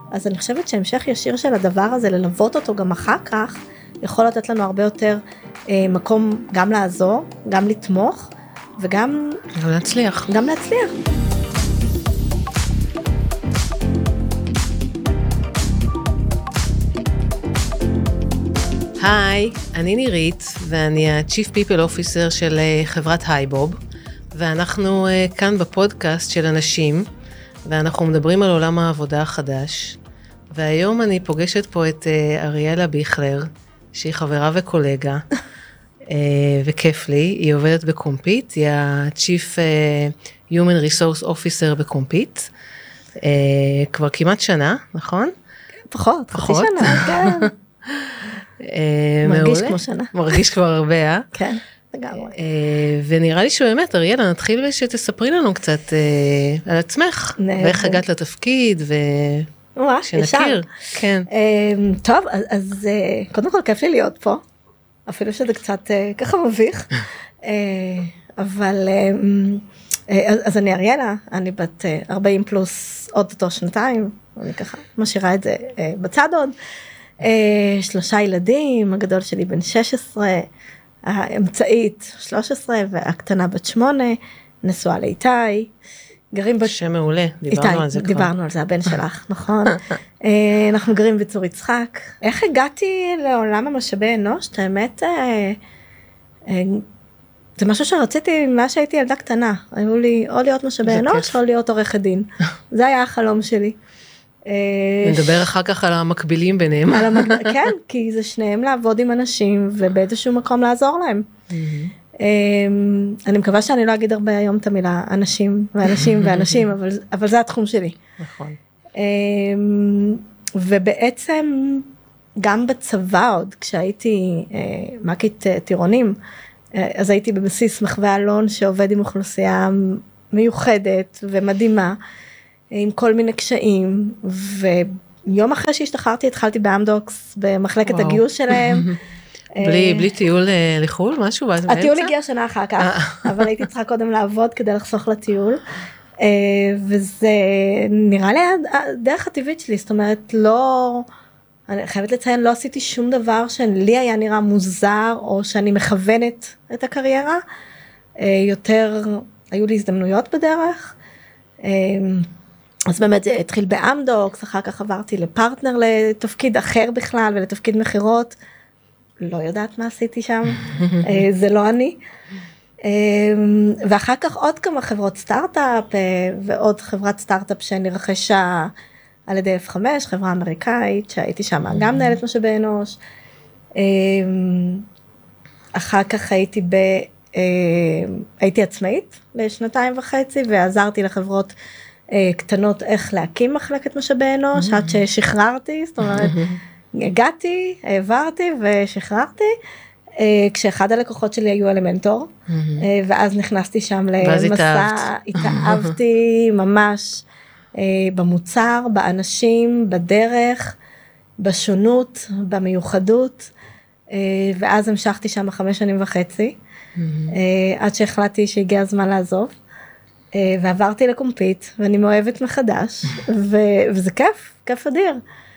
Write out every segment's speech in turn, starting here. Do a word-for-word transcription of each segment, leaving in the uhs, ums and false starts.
אז אני חושבת שהמשך ישיר של הדבר הזה, ללוות אותו גם אחר כך, יכול לתת לנו הרבה יותר אה, מקום גם לעזור, גם לתמוך, וגם... גם להצליח. גם להצליח. היי, אני נירית, ואני ה-Chief People Officer של חברת הייבוב, ואנחנו כאן בפודקאסט של אנשים, ואנחנו מדברים על עולם העבודה החדש, והיום אני פוגשת פה את אריאלה ביכלר, שהיא חברה וקולגה, וכיף לי, היא עובדת בקומפיט, היא ה-Chief Human Resource Officer בקומפיט, כבר כמעט שנה, נכון? פחות, חצי שנה, כן. מרגיש כמו שנה. מרגיש כבר הרבה, אה? כן, לגמרי. ונראה לי שבאמת, אריאלה, נתחיל שתספרי לנו קצת על עצמך, ואיך הגעת לתפקיד, ושנכיר. כן. טוב, אז קודם כל כיף לי להיות פה, אפילו שזה קצת ככה מביך, אבל, אז אני אריאלה, אני בת ארבעים פלוס עוד אותו שנתיים, אני ככה משאירה את זה בצד עוד, שלושה ילדים, הגדול שלי בן שש עשרה, האמצעית שלוש עשרה והקטנה בת שמונה, נשואה לאיתי, גרים בת... שם מעולה, דיברנו על זה כבר. דיברנו על זה, הבן שלך, נכון. אנחנו גרים בצור יצחק. איך הגעתי לעולם המשאבי אנוש? האמת, זה משהו שרציתי ממה שהייתי ילדה קטנה. היו לי או להיות משאבי אנוש או להיות עורכת דין. זה היה החלום שלי. נדבר אחר כך על המקבילים ביניהם. כן, כי זה שניהם לעבוד עם אנשים ובאיזשהו מקום לעזור להם. אני מקווה שאני לא אגיד הרבה היום את המילה אנשים ואנשים ואנשים, אבל זה התחום שלי. נכון. ובעצם גם בצבא עוד, כשהייתי מקית טירונים, אז הייתי בבסיס מחווה אלון שעובד עם אוכלוסייה מיוחדת ומדהימה, עם כל מיני קשיים, ויום אחרי שהשתחררתי, התחלתי באמדוקס, במחלקת הגיוס שלהם. בלי, בלי טיול לחול, משהו? הטיול הגיע שנה אחר כך, אבל הייתי צריכה קודם לעבוד כדי לחסוך לטיול, וזה נראה לי הדרך הטבעית שלי, זאת אומרת, לא, אני חייבת לציין, לא עשיתי שום דבר שלי היה נראה מוזר, או שאני מכוונת את הקריירה, יותר, היו לי הזדמנויות בדרך, אז באמת זה התחיל באמדוקס, אחר כך עברתי לפרטנר לתפקיד אחר בכלל, ולתפקיד מחירות, לא יודעת מה עשיתי שם, זה לא אני, ואחר כך עוד כמה חברות סטארט-אפ, ועוד חברת סטארט-אפ שנרכשה על ידי אף חמש, חברה אמריקאית, שהייתי שם גם מנהלת משאבי אנוש, אחר כך הייתי ב... הייתי עצמאית לשנתיים וחצי, ועזרתי לחברות קטנות איך להקים מחלקת משאבי אנוש, עד ששחררתי, זאת אומרת, הגעתי, העברתי ושחררתי, כשאחד הלקוחות שלי היו אלמנטור, ואז נכנסתי שם למסע, התאהבתי ממש במוצר, באנשים, בדרך, בשונות, במיוחדות, ואז המשכתי שם חמש שנים וחצי, עד שהחלטתי שהגיע הזמן לעזוב, ועברתי לקומפיט, ואני מאוהבת מחדש, וזה כיף, כיף אדיר.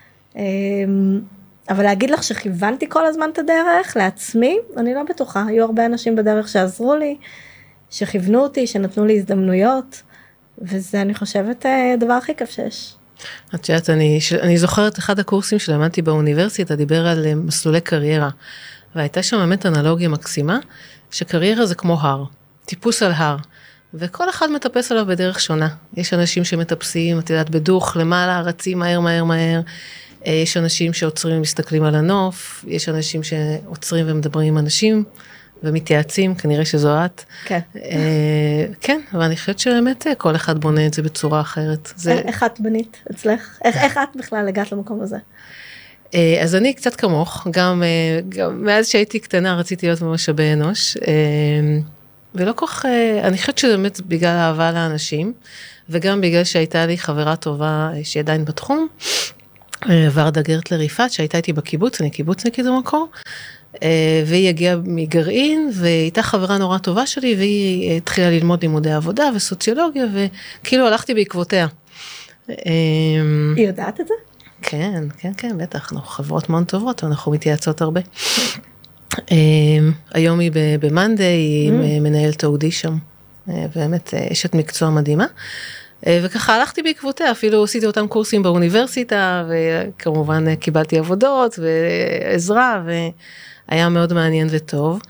אבל להגיד לך שכיוונתי כל הזמן את הדרך, לעצמי, אני לא בטוחה. היו הרבה אנשים בדרך שעזרו לי, שכיוונו אותי, שנתנו לי הזדמנויות, וזה אני חושבת הדבר הכי כיף שיש. את יודעת, אני, אני זוכרת אחד הקורסים שלמדתי באוניברסיטה, דיבר על מסלולי קריירה, והייתה שם באמת אנלוגיה מקסימה, שקריירה זה כמו הר, טיפוס על הר, וכל אחד מטפס עליו בדרך שונה. יש אנשים שמטפסים, את יודעת, בדוך למעלה, רצים מהר מהר מהר, יש אנשים שעוצרים ומסתכלים על הנוף, יש אנשים שעוצרים ומדברים עם אנשים, ומתייעצים, כנראה שזו את. כן. כן, אבל אני חושבת שבאמת כל אחד בונה את זה בצורה אחרת. איך את בנית אצלך? איך את בכלל הגעת למקום הזה? אז אני קצת כמוך, גם, גם מאז שהייתי קטנה רציתי להיות במשאבי אנוש, ולא כך, אני חושבת שזה באמת בגלל האהבה לאנשים, וגם בגלל שהייתה לי חברה טובה שהיא עדיין בתחום, ורדה גרטלר יפעת, שהייתה איתי בקיבוץ, אני קיבוצניקית במקור, והיא הגיעה מגרעין, והייתה חברה נורא טובה שלי, והיא התחילה ללמוד לימודי עבודה וסוציולוגיה, וכאילו הלכתי בעקבותיה. היא יודעת את זה? כן, כן, כן, בטח, אנחנו חברות מאוד טובות, ואנחנו מתייעצות הרבה. היום היא במאנדי, היא מנהלת אודי שם, באמת אשת מקצוע מדהימה, וככה הלכתי בעקבותיה, אפילו עשיתי אותם קורסים באוניברסיטה, וכמובן קיבלתי עבודות ועזרה, והיה מאוד מעניין וטוב.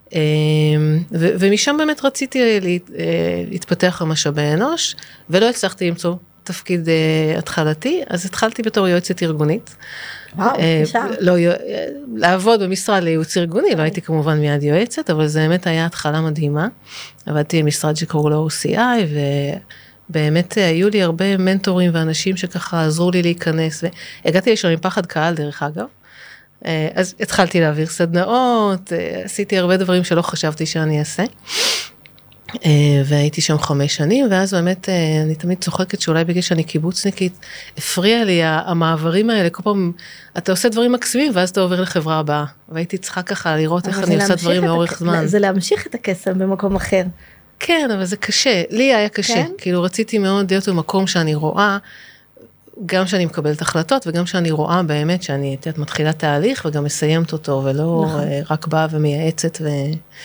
ומשם באמת רציתי להתפתח במשאבי אנוש, ולא הצלחתי למצוא תפקיד התחלתי, אז התחלתי בתור יועצת ארגונית. וואו, נשאר. לעבוד במשרד לייעוץ ארגוני, לא הייתי כמובן מיד יועצת, אבל זה באמת היה התחלה מדהימה. עבדתי במשרד שקראו לו או סי איי, ובאמת היו לי הרבה מנטורים ואנשים שככה עזרו לי להיכנס, והגעתי לשם עם פחד קהל דרך אגב. אז התחלתי להעביר סדנאות, עשיתי הרבה דברים שלא חשבתי שאני אעשה. והייתי שם חמש שנים, ואז באמת אני תמיד צוחקת שאולי בגלל שאני קיבוצניקית, הפריע לי המעברים האלה, כל פעם אתה עושה דברים מקסימים, ואז אתה עובר לחברה הבאה, והייתי צריכה ככה לראות איך אני עושה דברים לאורך זמן. זה להמשיך את הקסם במקום אחר. כן, אבל זה קשה, לי היה קשה, כאילו רציתי מאוד להיות במקום שאני רואה, גם שאני מקבלת החלטות, וגם שאני רואה באמת שאני מתחילה תהליך, וגם מסיימת אותו, ולא רק באה ומייעצת ו...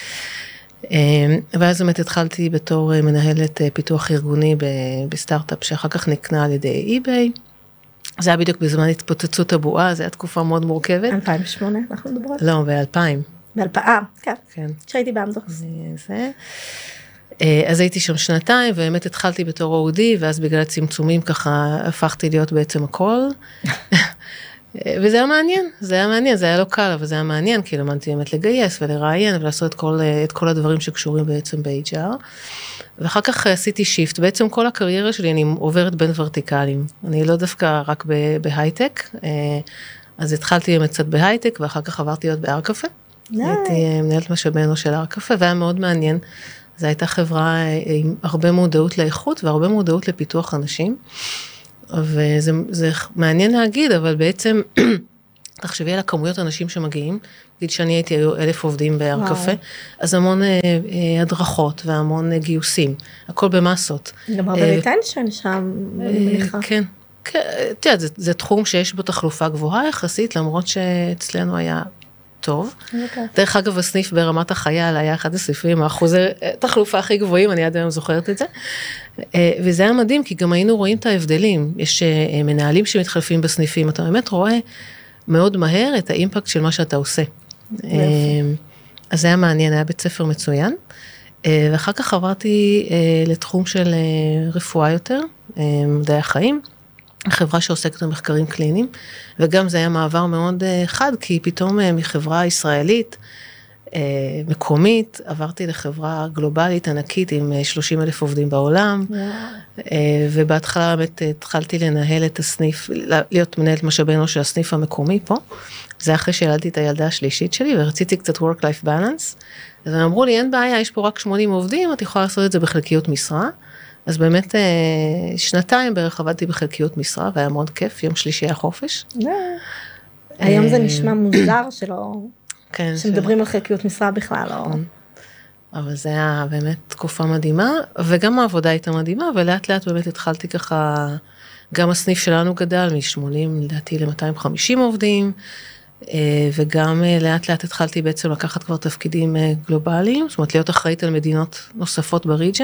ואז באמת התחלתי בתור מנהלת פיתוח ארגוני בסטארט-אפ שאחר כך נקנה על ידי אי-ביי. זה היה בדיוק בזמן התפוצצות הבועה, זו הייתה תקופה מאוד מורכבת. אלפיים ושמונה, אנחנו מדברות? לא, ב-אלפיים. ב-אלפיים, כן. כן. שהייתי באמדוקס. זה. אז הייתי שם שנתיים, ובאמת התחלתי בתור או די, ואז בגלל הצמצומים ככה הפכתי להיות בעצם הכל. וזה היה מעניין, זה היה מעניין, זה היה לא קל, אבל זה היה מעניין, כי למדתי באמת לגייס ולראיין, ולעשות את כל, את כל הדברים שקשורים בעצם ב-אייץ' אר. ואחר כך עשיתי שיפט, בעצם כל הקריירה שלי אני עוברת בין ורטיקלים. אני לא דווקא רק בהייטק, אז התחלתי באמת קצת בהייטק, ואחר כך עברתי להיות בארקפה. הייתי מנהלת משאבי אנוש של ארקפה, והיה מאוד מעניין. זו הייתה חברה עם הרבה מודעות לאיכות, והרבה מודעות לפיתוח אנשים. וזה זה מעניין להגיד, אבל בעצם, תחשבי על הכמויות אנשים שמגיעים, נגיד שאני הייתי היו אלף עובדים בארקפה, אז המון אה, אה, הדרכות והמון אה, גיוסים, הכל במסות. גם הרבה ריטנשן שם, אני מניחה. כן, כן, תראה, זה, זה תחום שיש בו תחלופה גבוהה יחסית, למרות שאצלנו היה טוב. דרך אגב, הסניף ברמת החייל היה אחד הסניפים, האחוזי תחלופה הכי גבוהים, אני עד היום זוכרת את זה. וזה היה מדהים, כי גם היינו רואים את ההבדלים. יש מנהלים שמתחלפים בסניפים, אתה באמת רואה מאוד מהר את האימפקט של מה שאתה עושה. אז זה היה מעניין, היה בית ספר מצוין. ואחר כך עברתי לתחום של רפואה יותר, מדעי החיים. חברה שעוסקת במחקרים קליניים, וגם זה היה מעבר מאוד חד, כי פתאום מחברה ישראלית, מקומית, עברתי לחברה גלובלית ענקית עם שלושים אלף עובדים בעולם, ובהתחלה באמת התחלתי לנהל את הסניף, להיות מנהלת משאבי אנוש של הסניף המקומי פה, זה אחרי שילדתי את הילדה השלישית שלי, ורציתי קצת work-life balance, אז הם אמרו לי, אין בעיה, יש פה רק שמונים עובדים, את יכולה לעשות את זה בחלקיות משרה, אז באמת שנתיים בערך עבדתי בחלקיות משרה, והיה מאוד כיף, יום שלישי היה חופש. היום זה נשמע מוזר שלא, שמדברים על חלקיות משרה בכלל, לא. אבל זה היה באמת תקופה מדהימה, וגם העבודה הייתה מדהימה, ולאט לאט באמת התחלתי ככה, גם הסניף שלנו גדל, מ-שמונים לדעתי ל-מאתיים וחמישים עובדים, וגם לאט לאט התחלתי בעצם לקחת כבר תפקידים גלובליים, זאת אומרת להיות אחראית על מדינות נוספות בריג'ן,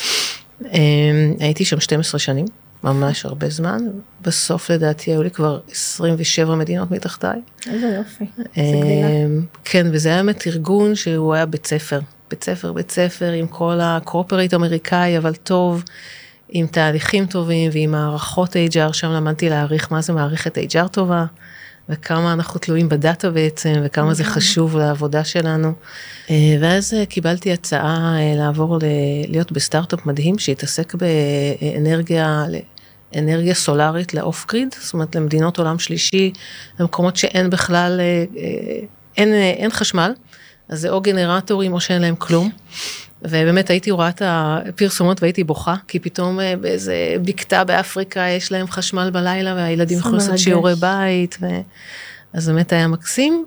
הייתי שם שתים עשרה שנים, ממש הרבה זמן, בסוף לדעתי היו לי כבר עשרים ושבע מדינות מתחתיי. איזה יופי, זה גדילה. כן, וזה היה באמת ארגון שהוא היה בית ספר, בית ספר, בית ספר, עם כל הקורפרייט אמריקאי, אבל טוב, עם תהליכים טובים, ועם מערכות אייץ' אר, שם למדתי להעריך מה זה מערכת אייץ' אר טובה, וכמה אנחנו תלויים בדאטה בעצם, וכמה זה חשוב לעבודה שלנו. ואז קיבלתי הצעה לעבור להיות בסטארט-אפ מדהים, שהתעסק באנרגיה, אנרגיה סולארית לאוף גריד, זאת אומרת למדינות עולם שלישי, למקומות שאין בכלל, אין, אין חשמל, אז זה או גנרטורים או שאין להם כלום. ובאמת הייתי רואה את הפרסומות והייתי בוכה, כי פתאום באיזה בקתה באפריקה יש להם חשמל בלילה, והילדים יכולים לעשות שיעורי בית, ו... אז באמת היה מקסים,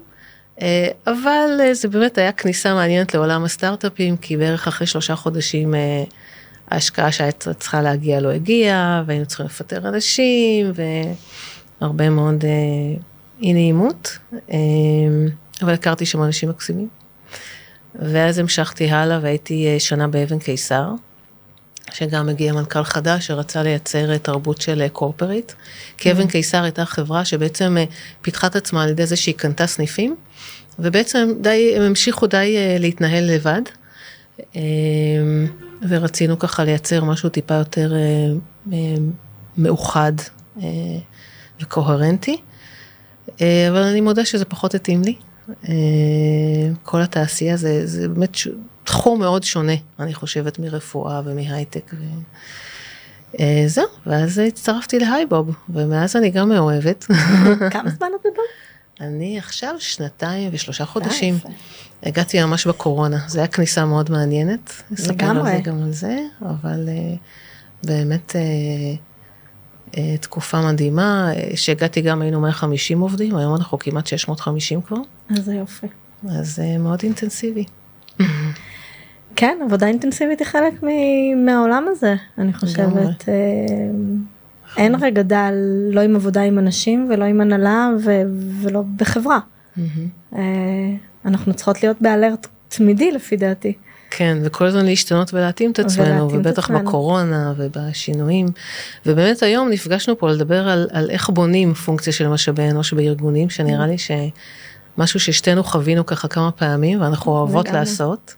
אבל זה באמת היה כניסה מעניינת לעולם הסטארט-אפים, כי בערך אחרי שלושה חודשים ההשקעה שהייתה צריכה להגיע לא הגיעה, והיינו צריכים לפטר אנשים, הרבה מאוד אה, אי נעימות, אה, אבל הכרתי שם אנשים מקסימים. ואז המשכתי הלאה והייתי שנה באבן קיסר, שגם הגיע מנכ"ל חדש שרצה לייצר תרבות של קורפרית, כי אבן קיסר הייתה חברה שבעצם פיתחה את עצמה על ידי זה שהיא קנתה סניפים, ובעצם די, הם המשיכו די להתנהל לבד, ורצינו ככה לייצר משהו טיפה יותר מאוחד וקוהרנטי, אבל אני מודה שזה פחות התאים לי. כל התעשייה זה, זה באמת תחום מאוד שונה, אני חושבת, מרפואה ומהייטק. זהו, ואז הצטרפתי להייבוב, ומאז אני גם מאוהבת. כמה זמן את בבוב? אני עכשיו שנתיים ושלושה חודשים. הגעתי ממש בקורונה, זה היה כניסה מאוד מעניינת. לגמרי. אספר גם על זה, אבל באמת תקופה מדהימה, שהגעתי גם היינו מאה וחמישים עובדים, היום אנחנו כמעט שש מאות וחמישים כבר. אז זה יופי. אז זה מאוד אינטנסיבי. כן, עבודה אינטנסיבית היא חלק מהעולם הזה, אני חושבת. אין רגע דל, לא עם עבודה עם אנשים, ולא עם הנהלה, ולא בחברה. אנחנו צריכות להיות באלרט תמידי, לפי דעתי. כן, וכל הזמן להשתנות ולהתאים את עצמנו, ובטח בקורונה ובשינויים. ובאמת היום נפגשנו פה לדבר על, על איך בונים פונקציה של משאבי אנוש בארגונים, שנראה לי שמשהו ששתינו חווינו ככה כמה פעמים, ואנחנו אוהבות לעשות.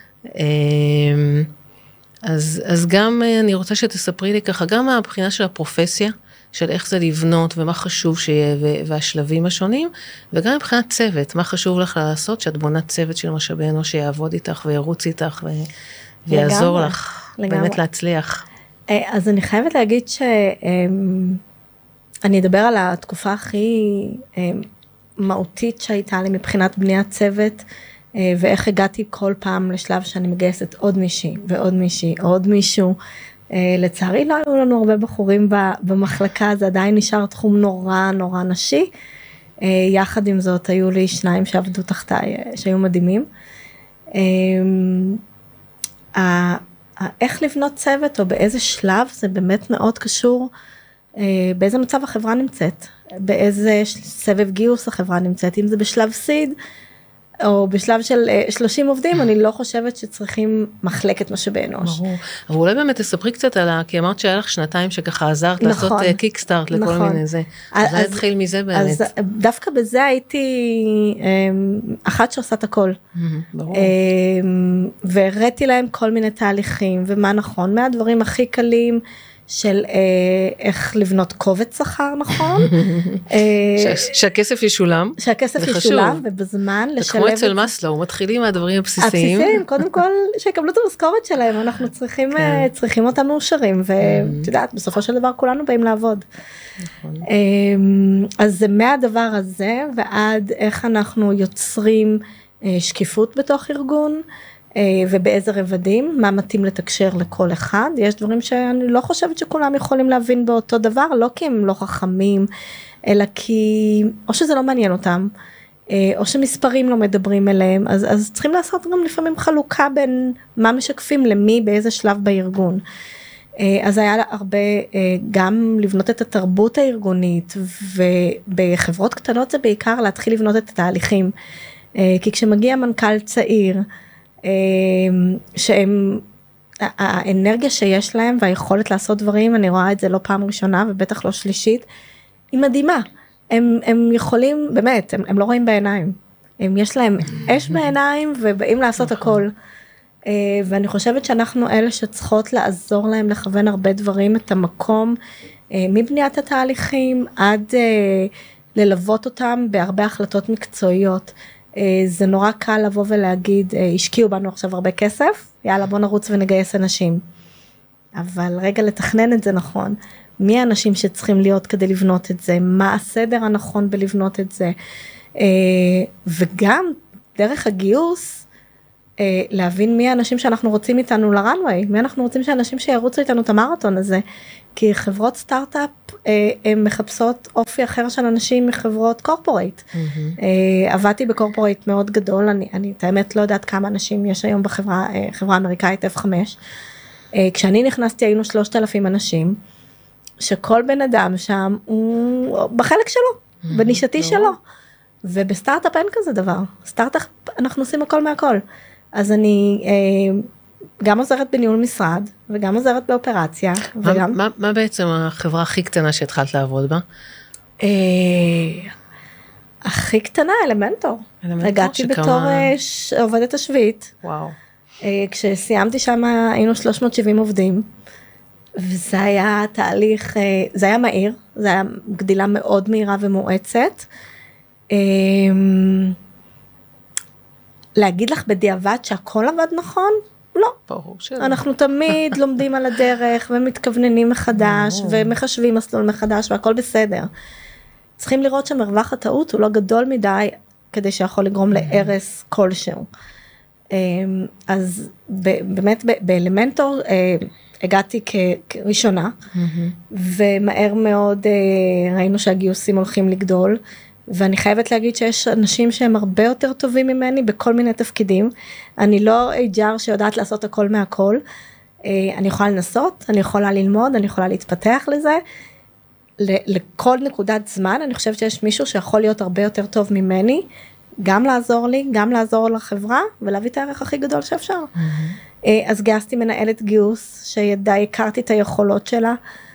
אז, אז גם אני רוצה שתספרי לי ככה, גם מהבחינה של הפרופסיה, של איך זה לבנות ומה חשוב שיהיה, והשלבים השונים, וגם מבחינת צוות, מה חשוב לך לעשות, שאת בונה צוות של משאבי אנוש שיעבוד איתך וירוץ איתך, ו... ויעזור לגמרי, לך לגמרי. באמת להצליח. אז אני חייבת להגיד שאני אדבר על התקופה הכי מהותית שהייתה לי מבחינת בניית צוות, ואיך הגעתי כל פעם לשלב שאני מגייסת עוד מישהי ועוד מישהי, עוד מישהו. לצערי לא היו לנו הרבה בחורים במחלקה, זה עדיין נשאר תחום נורא נורא נשי. יחד עם זאת היו לי שניים שעבדו תחתיי, שהיו מדהימים. איך לבנות צוות או באיזה שלב זה באמת מאוד קשור, באיזה מצב החברה נמצאת, באיזה סבב גיוס החברה נמצאת, אם זה בשלב סיד, או בשלב של שלושים עובדים, אני לא חושבת שצריכים מחלקת משאבי אנוש. ברור. אבל אולי באמת תספרי קצת על ה... כי אמרת שהיה לך שנתיים שככה עזרת לעשות קיקסטארט לכל מיני זה. אז זה התחיל מזה באמת. אז דווקא בזה הייתי אחת שעושה את הכל. ברור. והראיתי להם כל מיני תהליכים, ומה נכון, מהדברים הכי קלים, של אה, איך לבנות קובץ שכר, נכון? אה, שהכסף ישולם. שהכסף ישולם, ובזמן לשלב... זה כמו אצל מסלו, מתחילים מהדברים הבסיסיים. הבסיסיים, קודם כל, שיקבלו את המשכורת שלהם, אנחנו צריכים, כן. uh, צריכים אותם מאושרים, ואת יודעת, בסופו של דבר כולנו באים לעבוד. נכון. Um, אז זה מהדבר הזה, ועד איך אנחנו יוצרים uh, שקיפות בתוך ארגון, ובאיזה רבדים, מה מתאים לתקשר לכל אחד. יש דברים שאני לא חושבת שכולם יכולים להבין באותו דבר, לא כי הם לא חכמים, אלא כי, או שזה לא מעניין אותם, או שמספרים לא מדברים אליהם, אז, אז צריכים לעשות גם לפעמים חלוקה בין מה משקפים למי, באיזה שלב בארגון. אז היה הרבה, גם לבנות את התרבות הארגונית, ובחברות קטנות זה בעיקר להתחיל לבנות את התהליכים, כי כשמגיע מנכ"ל צעיר, שהם, האנרגיה שיש להם והיכולת לעשות דברים, אני רואה את זה לא פעם ראשונה ובטח לא שלישית, היא מדהימה. הם, הם יכולים, באמת, הם, הם לא רואים בעיניים. הם, יש להם אש בעיניים ובאים לעשות הכל. ואני חושבת שאנחנו אלה שצריכות לעזור להם לכוון הרבה דברים, את המקום, מבניית התהליכים עד ללוות אותם בהרבה החלטות מקצועיות. זה נורא קל לבוא ולהגיד, השקיעו בנו עכשיו הרבה כסף, יאללה בוא נרוץ ונגייס אנשים. אבל רגע לתכנן את זה נכון, מי האנשים שצריכים להיות כדי לבנות את זה, מה הסדר הנכון בלבנות את זה, וגם דרך הגיוס, להבין מי האנשים שאנחנו רוצים איתנו לרנווי, מי אנחנו רוצים שאנשים שירוצו איתנו את המרתון הזה, כי חברות סטארט-אפ, הן מחפשות אופי אחר של אנשים מחברות קורפורייט. Mm-hmm. עבדתי בקורפורייט מאוד גדול, אני, אני את האמת לא יודעת כמה אנשים יש היום בחברה, חברה אמריקאית אף חמש. כשאני נכנסתי היינו שלושת אלפים אנשים, שכל בן אדם שם הוא בחלק שלו, בנישתי שלו. ובסטארט-אפ אין כזה דבר. סטארט-אפ אנחנו עושים הכל מהכל. אז אני גם עוזרת בניהול משרד, וגם עוזרת באופרציה. וגם... מה, מה בעצם החברה הכי קטנה שהתחלת לעבוד בה? הכי קטנה, אלמנטור. הגעתי בתור עובדת השביעית. וואו. כשסיימתי שם היינו שלוש מאות ושבעים עובדים, וזה היה תהליך, זה היה מהיר, זה היה גדילה מאוד מהירה ומואצת. להגיד לך בדיעבד שהכל עבד נכון? לא. ברור שלא. אנחנו תמיד לומדים על הדרך ומתכווננים מחדש ומחשבים מסלול מחדש והכל בסדר. צריכים לראות שמרווח הטעות הוא לא גדול מדי כדי שיכול לגרום להרס כלשהו. אז באמת באלמנטור הגעתי כראשונה, ומהר מאוד ראינו שהגיוסים הולכים לגדול, ואני חייבת להגיד שיש אנשים שהם הרבה יותר טובים ממני בכל מיני תפקידים. אני לא אייץ' אר שיודעת לעשות הכל מהכל. אני יכולה לנסות, אני יכולה ללמוד, אני יכולה להתפתח לזה. לכל נקודת זמן, אני חושבת שיש מישהו שיכול להיות הרבה יותר טוב ממני, גם לעזור לי, גם לעזור לחברה, ולהביא את הערך הכי גדול שאפשר. אז גייסתי מנהלת גיוס, שידע, הכרתי את היכולות שלה,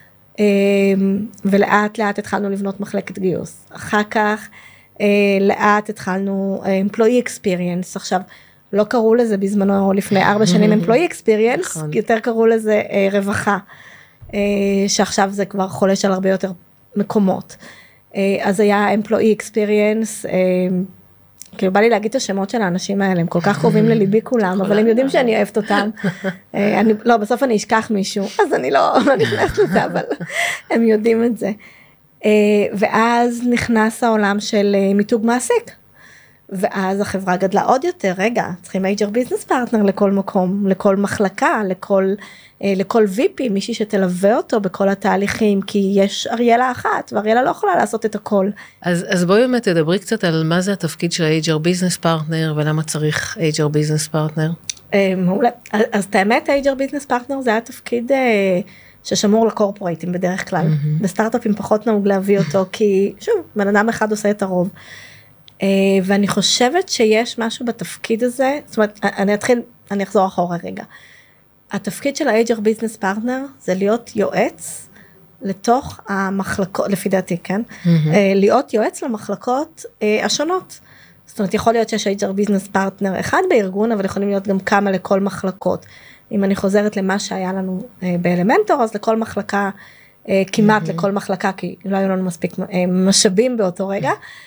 ולאט לאט התחלנו לבנות מחלקת גיוס. אחר כך, לאט התחלנו employee experience, עכשיו, לא קראו לזה בזמנו, לפני ארבע שנים employee experience, יותר קראו לזה רווחה, שעכשיו זה כבר חולש על הרבה יותר מקומות. אז היה employee experience, כאילו בא לי להגיד את השמות של האנשים האלה, הם כל כך קרובים לליבי כולם, אבל הם יודעים שאני אוהבת אותם. אני, לא, בסוף אני אשכח מישהו, אז אני לא נכנסת לזה, אבל הם יודעים את זה. ואז נכנס העולם של מיתוג מעסיק, ואז החברה גדלה עוד יותר, רגע, צריכים אייץ' אר ביזנס פרטנר לכל מקום, לכל מחלקה, לכל, לכל וי פי, מישהי שתלווה אותו בכל התהליכים, כי יש אריאלה אחת, ואריאלה לא יכולה לעשות את הכל. אז, אז בואי באמת תדברי קצת על מה זה התפקיד של אייץ' אר ביזנס פרטנר, ולמה צריך אייץ' אר ביזנס פרטנר? מעולה. אז את האמת, אייץ' אר ביזנס פרטנר זה היה תפקיד ששמור לקורפורייטים בדרך כלל. בסטארט-אפים פחות נהוג להביא אותו, כי שוב, בן אדם אחד עושה את הרוב. ואני חושבת שיש משהו בתפקיד הזה, זאת אומרת, אני אתחיל, אני אחזור אחורה רגע. התפקיד של ה-אייץ' אר Business Partner זה להיות יועץ לתוך המחלקות, לפי דעתי, כן? להיות יועץ למחלקות השונות. זאת אומרת, יכול להיות שיש אייץ' אר Business Partner אחד בארגון, אבל יכולים להיות גם כמה לכל מחלקות. אם אני חוזרת למה שהיה לנו באלמנטור, אז לכל מחלקה, כמעט לכל מחלקה, כי לא היו לנו מספיק משאבים באותו רגע,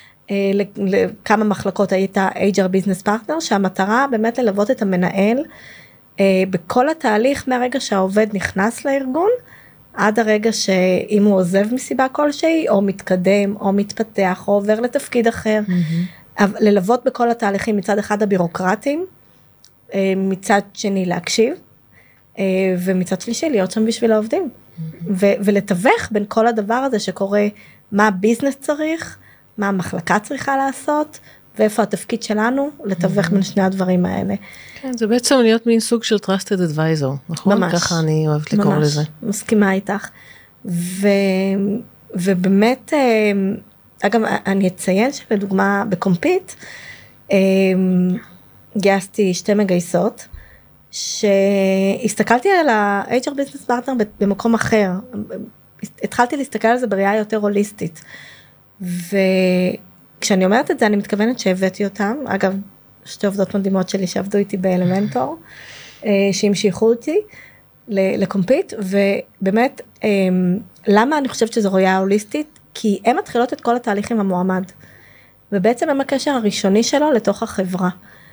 לכמה מחלקות היית אייץ' אר Business Partner, שהמטרה באמת ללוות את המנהל, בכל התהליך מהרגע שהעובד נכנס לארגון, עד הרגע שאם הוא עוזב מסיבה כלשהי, או מתקדם, או מתפתח, או עובר לתפקיד אחר, אבל ללוות בכל התהליכים מצד אחד הבירוקרטים, מצד שני להקשיב, ומצד שלישי להיות שם בשביל העובדים, ולתווך בין כל הדבר הזה שקורה, מה הביזנס צריך, מה המחלקה צריכה לעשות, ואיפה התפקיד שלנו, לתווך בין שני הדברים האלה. כן, זה בעצם להיות מין סוג של trusted advisor, נכון? ממש. ככה אני אוהבת לקרוא ממש, לזה. מסכימה איתך. ו, ובאמת, אגב, אני אציין שלדוגמה, בקומפיט, גייסתי שתי מגייסות, שהסתכלתי על ה-אייץ' אר Business Partner במקום אחר, התחלתי להסתכל על זה בראייה יותר הוליסטית, וכשאני אומרת את זה, אני מתכוונת שהבאתי אותם, אגב, שתי עובדות מדהימות שלי שעבדו איתי באלמנטור, שהמשיכו אותי לקומפיט, ובאמת, למה אני חושבת שזו ראייה הוליסטית? כי הן מתחילות את כל התהליך עם המועמד, ובעצם הם הקשר הראשוני שלו לתוך החברה,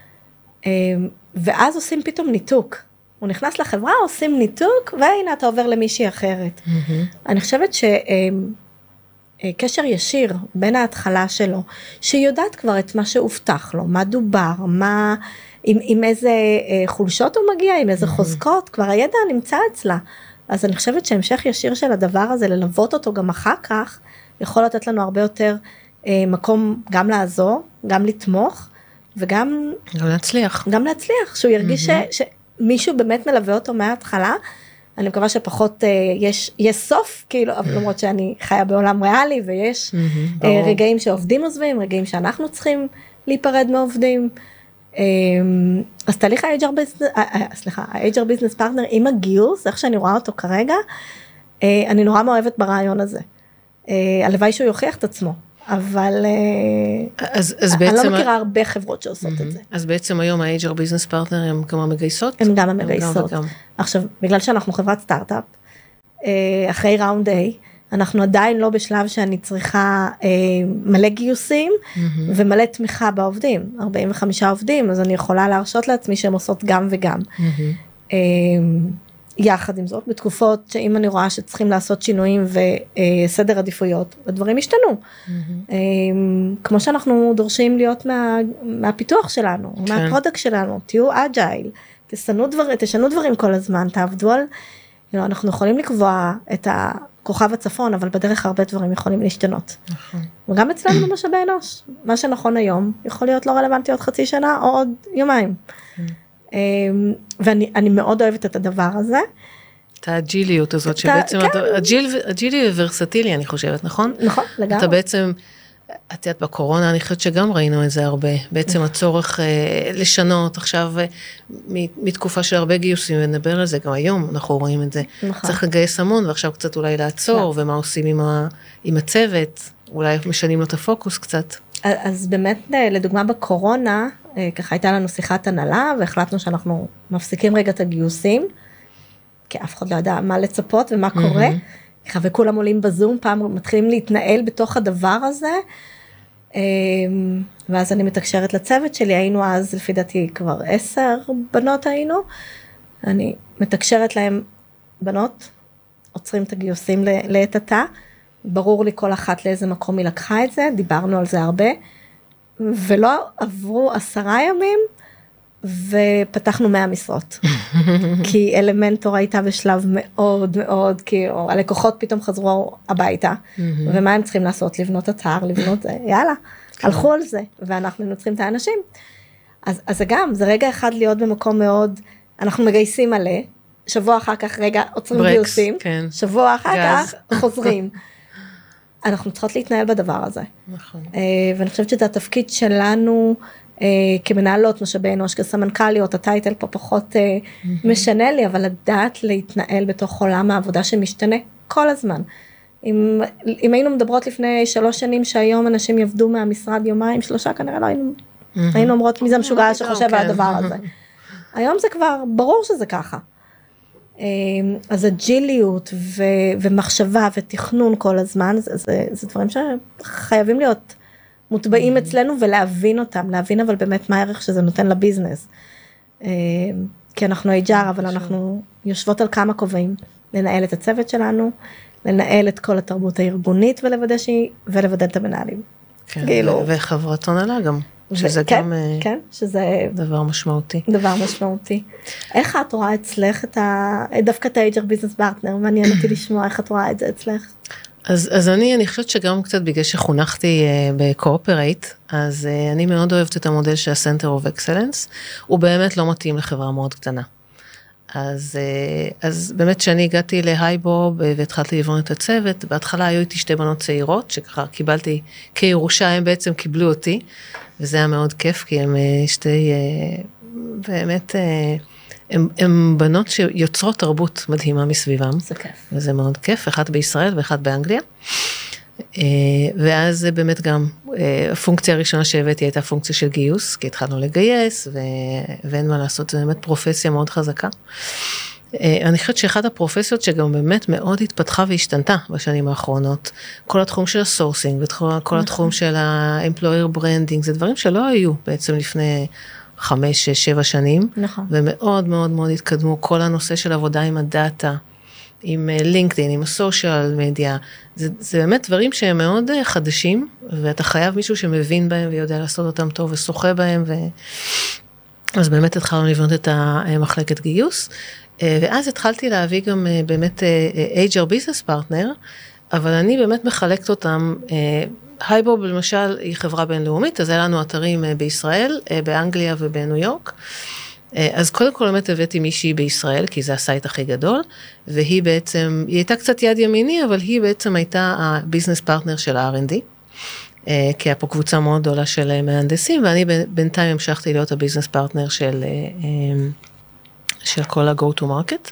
ואז עושים פתאום ניתוק, הוא נכנס לחברה, עושים ניתוק, והנה אתה עובר למישהי אחרת. אני חושבת ש... קשר ישיר בין ההתחלה שלו, שהיא יודעת כבר את מה שהובטח לו, מה דובר, מה, עם, עם איזה חולשות הוא מגיע, עם איזה חוזקות, כבר הידע נמצא אצלה. אז אני חושבת שהמשך ישיר של הדבר הזה, ללוות אותו גם אחר כך, יכול לתת לנו הרבה יותר אה, מקום גם לעזור, גם לתמוך, וגם... גם להצליח. גם להצליח, שהוא ירגיש ש, שמישהו באמת מלווה אותו מההתחלה, אני מקווה שפחות יש, יש סוף, כאילו, למרות שאני חיה בעולם ריאלי, ויש רגעים שעובדים עוזבים, רגעים שאנחנו צריכים להיפרד מעובדים. אז תהליך ה-H R Business, סליחה, ה-H R Business Partner עם הגיוס, איך שאני רואה אותו כרגע, אני נורא מאוהבת ברעיון הזה. הלוואי שהוא יוכיח את עצמו, אבל אז, אז אני בעצם לא מכירה הרבה חברות שעושות את זה. אז בעצם היום ה-H R Business Partner הם גם המגייסות? הם גם המגייסות. עכשיו, בגלל שאנחנו חברת סטארט-אפ, אחרי ראונד A, אנחנו עדיין לא בשלב שאני צריכה אה, מלא גיוסים, mm-hmm. ומלא תמיכה בעובדים, ארבעים וחמישה עובדים, אז אני יכולה להרשות לעצמי שהן עושות גם וגם. Mm-hmm. אה, יחד עם זאת, בתקופות שאם אני רואה שצריכים לעשות שינויים וסדר עדיפויות, הדברים השתנו. Mm-hmm. אה, כמו שאנחנו דורשים להיות מה, מהפיתוח שלנו, כן. מהפרודקט שלנו, תהיו אג'ייל, תשנו, דבר, תשנו דברים כל הזמן, תעבדו על, אנחנו יכולים לקבוע את ה... כוכב הצפון, אבל בדרך הרבה דברים יכולים להשתנות. נכון. וגם אצלנו במשאבי אנוש, מה שנכון היום, יכול להיות לא רלוונטי עוד חצי שנה, או עוד יומיים. ואני מאוד אוהבת את הדבר הזה. את האג'יליות הזאת, שבעצם, אג'ילי וורסטילי, אני חושבת, נכון? נכון, לגמרי. אתה בעצם, את יודעת, בקורונה, אני חושבת שגם ראינו את זה הרבה, בעצם הצורך לשנות, עכשיו, מתקופה של הרבה גיוסים, ונדבר על זה גם היום, אנחנו רואים את זה, צריך לגייס המון, ועכשיו קצת אולי לעצור, ומה עושים עם הצוות, אולי משנים לו את הפוקוס קצת. אז באמת, לדוגמה בקורונה, ככה הייתה לנו שיחת הנהלה, והחלטנו שאנחנו מפסיקים רגע את הגיוסים, כי אף אחד לא ידע מה לצפות ומה קורה, וכולם עולים בזום, פעם מתחילים להתנהל בתוך הדבר הזה, ואז אני מתקשרת לצוות שלי, היינו אז, לפי דעתי, כבר עשר בנות היינו, אני מתקשרת להם, בנות, עוצרים את הגיוסים לעת עתה, ברור לי כל אחת לאיזה מקום היא לקחה את זה, דיברנו על זה הרבה, ולא עברו עשרה ימים, ופתחנו מאה משרות, כי אלמנטור הייתה בשלב מאוד מאוד, כי הלקוחות פתאום חזרו הביתה, ומה הם צריכים לעשות? לבנות אתר, לבנות, יאללה, הלכו על זה, ואנחנו נוצרים את האנשים. אז, אז זה גם, זה רגע אחד להיות במקום מאוד, אנחנו מגייסים מלא, שבוע אחר כך רגע עוצרים גיוסים, כן. שבוע אחר גז. כך חוזרים. אנחנו צריכות להתנהל בדבר הזה. נכון. ואני חושבת שזה התפקיד שלנו, כמנהלות משאבי אנוש, כסמנכ"ליות, הטייטל פה פחות משנה לי, אבל לדעת להתנהל בתוך עולם העבודה שמשתנה כל הזמן. אם, אם היינו מדברות לפני שלוש שנים שהיום אנשים יעבדו מהמשרד יומיים, שלושה, כנראה לא היינו, היינו אומרות מי זה משוגע שחושב על הדבר הזה. היום זה כבר ברור שזה ככה. אז אג'יליות ו, ומחשבה ותכנון כל הזמן, זה, זה, זה דברים שחייבים להיות מוטבעים אצלנו ולהבין אותם, להבין אבל באמת מה הערך שזה נותן לביזנס. כי אנחנו H R, אבל אנחנו יושבות על כמה כובעים, לנהל את הצוות שלנו, לנהל את כל התרבות הארגונית ולוודא שהיא, ולוודא את המנהלים. כן, וחברת הנהלה גם, שזה גם שזה דבר משמעותי. דבר משמעותי. איך את רואה אצלך את ה... דווקא את ה-H R Business Partner, מעניין אותי לשמוע איך את רואה את זה אצלך. אז, אז אני, אני חושבת שגם קצת בגלל שחונכתי uh, בקואופרייט, אז uh, אני מאוד אוהבת את המודל של ה-Center of Excellence, הוא באמת לא מתאים לחברה מאוד קטנה. אז, uh, אז באמת שאני הגעתי להייבוב והתחלתי לבנות את הצוות, בהתחלה היו איתי שתי בנות צעירות, שככה קיבלתי כירושה, הם בעצם קיבלו אותי, וזה היה מאוד כיף, כי הם uh, שתי, uh, באמת... Uh, הם, הם בנות שיוצרות תרבות מדהימה מסביבם. זה כיף. וזה מאוד כיף, אחד בישראל ואחד באנגליה. ואז זה באמת גם, הפונקציה הראשונה שהבאתי הייתה פונקציה של גיוס, כי התחלנו לגייס, ו... ואין מה לעשות, זה באמת פרופסיה מאוד חזקה. אני חושבת שאחת הפרופסיות שגם באמת מאוד התפתחה והשתנתה בשנים האחרונות, כל התחום של הסורסינג, וכל התחום של ה-employer branding, זה דברים שלא היו בעצם לפני... חמש, שש, שבע שנים, נכון. ומאוד מאוד מאוד התקדמו כל הנושא של עבודה עם הדאטה, עם לינקדין, עם הסושיאל מדיה, זה, זה באמת דברים שהם מאוד חדשים, ואתה חייב מישהו שמבין בהם ויודע לעשות אותם טוב ושוחה בהם, ו... אז באמת התחלנו לבנות את המחלקת גיוס, ואז התחלתי להביא גם באמת H R Business Partner, אבל אני באמת מחלקת אותם, הייבוב למשל היא חברה בינלאומית, אז היה לנו אתרים בישראל, באנגליה ובניו יורק, אז קודם כל באמת הבאתי מישהי בישראל, כי זה הסייט הכי גדול, והיא בעצם, היא הייתה קצת יד ימיני, אבל היא בעצם הייתה הביזנס פרטנר של ה-אר אנד די, כי היה פה קבוצה מאוד גדולה של מהנדסים, ואני בינתיים המשכתי להיות הביזנס פרטנר של, של כל ה-go to market.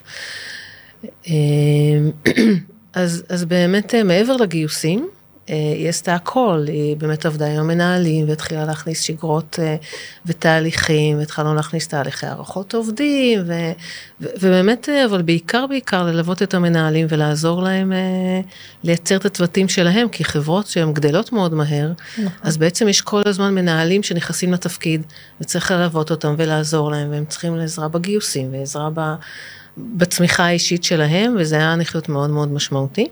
אז, אז באמת מעבר לגיוסים, היא עשתה הכל, היא באמת עבדה עם המנהלים, והתחילה להכניס שגרות ותהליכים, והתחלנו להכניס תהליכי הערכות עובדים, ו, ו, ובאמת, אבל בעיקר בעיקר ללוות את המנהלים, ולעזור להם לייצר את הצוותים שלהם, כי חברות שהן גדלות מאוד מהר, אז בעצם יש כל הזמן מנהלים שנכנסים לתפקיד, וצריך ללוות אותם ולעזור להם, והם צריכים לעזרה בגיוסים, ועזרה ב, בצמיחה האישית שלהם, וזה היה נחיות מאוד מאוד משמעותי.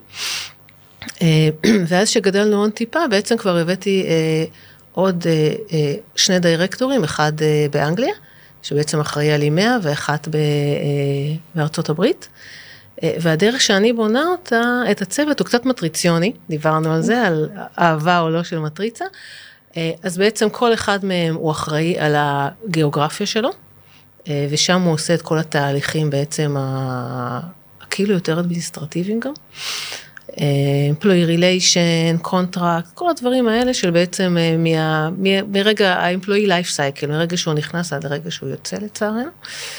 ואז שגדלנו עוד טיפה, בעצם כבר הבאתי עוד שני דירקטורים, אחד באנגליה, שבעצם אחראי על אימיה, ואחת בארצות הברית, והדרך שאני בונה אותה, את הצוות, הוא קצת מטריציוני, דיברנו על זה, על אהבה או לא של מטריצה, אז בעצם כל אחד מהם הוא אחראי על הגיאוגרפיה שלו, ושם הוא עושה את כל התהליכים בעצם, כאילו יותר אדמיניסטרטיביים גם, employee relation, contract, כל הדברים האלה של בעצם מה, מרגע ה-employee life cycle, מרגע שהוא נכנס עד הרגע שהוא יוצא לצערנו.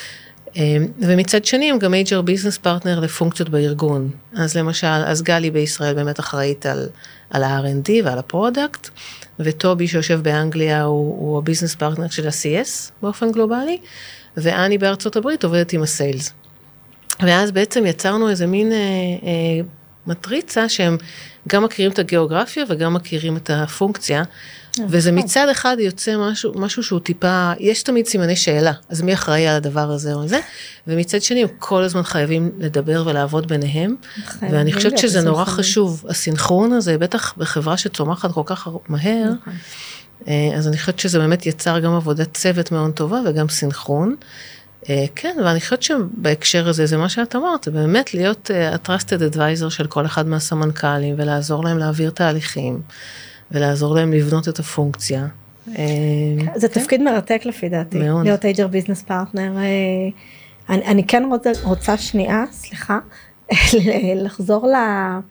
ומצד שני הם גם major business partner לפונקציות בארגון. אז למשל, אז גלי בישראל באמת אחראית על, על ה-אר אנד די ועל הפרודקט, וטובי שיושב באנגליה הוא, הוא הביזנס פרטנר של ה-סי אס באופן גלובלי, ואני בארצות הברית עובדת עם הסיילס. ואז בעצם יצרנו איזה מין... אה, אה, מטריצה שהם גם מכירים את הגיאוגרפיה וגם מכירים את הפונקציה, וזה מצד אחד יוצא משהו, משהו שהוא טיפה, יש תמיד סימני שאלה, אז מי אחראי על הדבר הזה או זה, ומצד שני הם כל הזמן חייבים לדבר ולעבוד ביניהם, ואני חושבת שזה נורא חשוב, הסינכרון הזה, בטח בחברה שצומחת כל כך מהר, אז אני חושבת שזה באמת יצר גם עבודת צוות מאוד טובה וגם סינכרון, כן, ואני חושבת שבהקשר הזה, זה מה שאת אמרת, זה באמת להיות ה-trusted advisor של כל אחד מהסמנכ"לים, ולעזור להם להעביר תהליכים, ולעזור להם לבנות את הפונקציה. זה תפקיד מרתק לפי דעתי, להיות H R Business Partner. אני כן רוצה שנייה, סליחה, לחזור ל...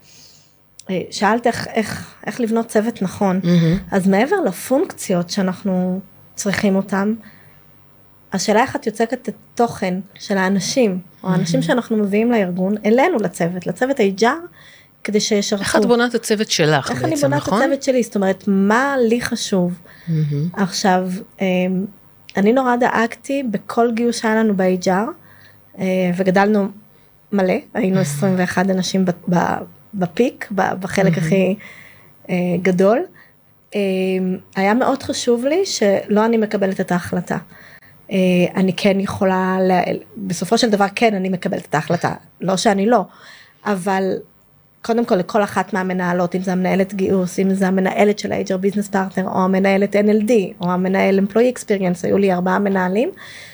שאלת איך לבנות צוות נכון, אז מעבר לפונקציות שאנחנו צריכים אותם, השאלה איך את יוצקת את התוכן של האנשים, או האנשים שאנחנו מביאים לארגון, אלינו לצוות, לצוות ה-אייץ' אר, כדי שישרתו. איך את בונה את הצוות שלך בעצם, נכון? איך אני בונה את הצוות שלי, זאת אומרת, מה לי חשוב? עכשיו, אני נורא דאגתי בכל גיוס שהיה לנו ב-אייץ' אר, וגדלנו מלא, היינו עשרים ואחד אנשים בפיק, בחלק הכי גדול, היה מאוד חשוב לי שלא אני מקבלת את ההחלטה. אני כן יכולה, בסופו של דבר כן אני מקבלת את ההחלטה, לא שאני לא, אבל קודם כל לכל אחת מהמנהלות, אם זה המנהלת גיוס, אם זה המנהלת של ה-H R Business Partner, או המנהלת אן אל די, או המנהל Employee Experience, היו לי ארבעה מנהלים,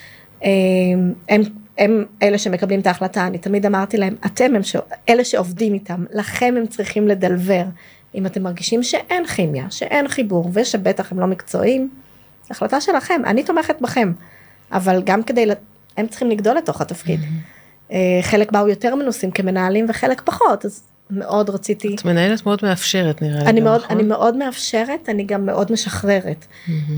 הם, הם אלה שמקבלים את ההחלטה, אני תמיד אמרתי להם, אתם הם אלה שעובדים איתם, לכם הם צריכים לדלבר, אם אתם מרגישים שאין כימיה, שאין חיבור, ושבטח הם לא מקצועיים, החלטה שלכם, אני תומכת בכם, אבל גם כדי, הם צריכים לגדול לתוך התפקיד. חלק באו יותר מנוסים כמנהלים, וחלק פחות, אז מאוד רציתי. את מנהלת מאוד מאפשרת, נראה לי. אני מאוד, אני מאוד מאפשרת, אני גם מאוד משחררת.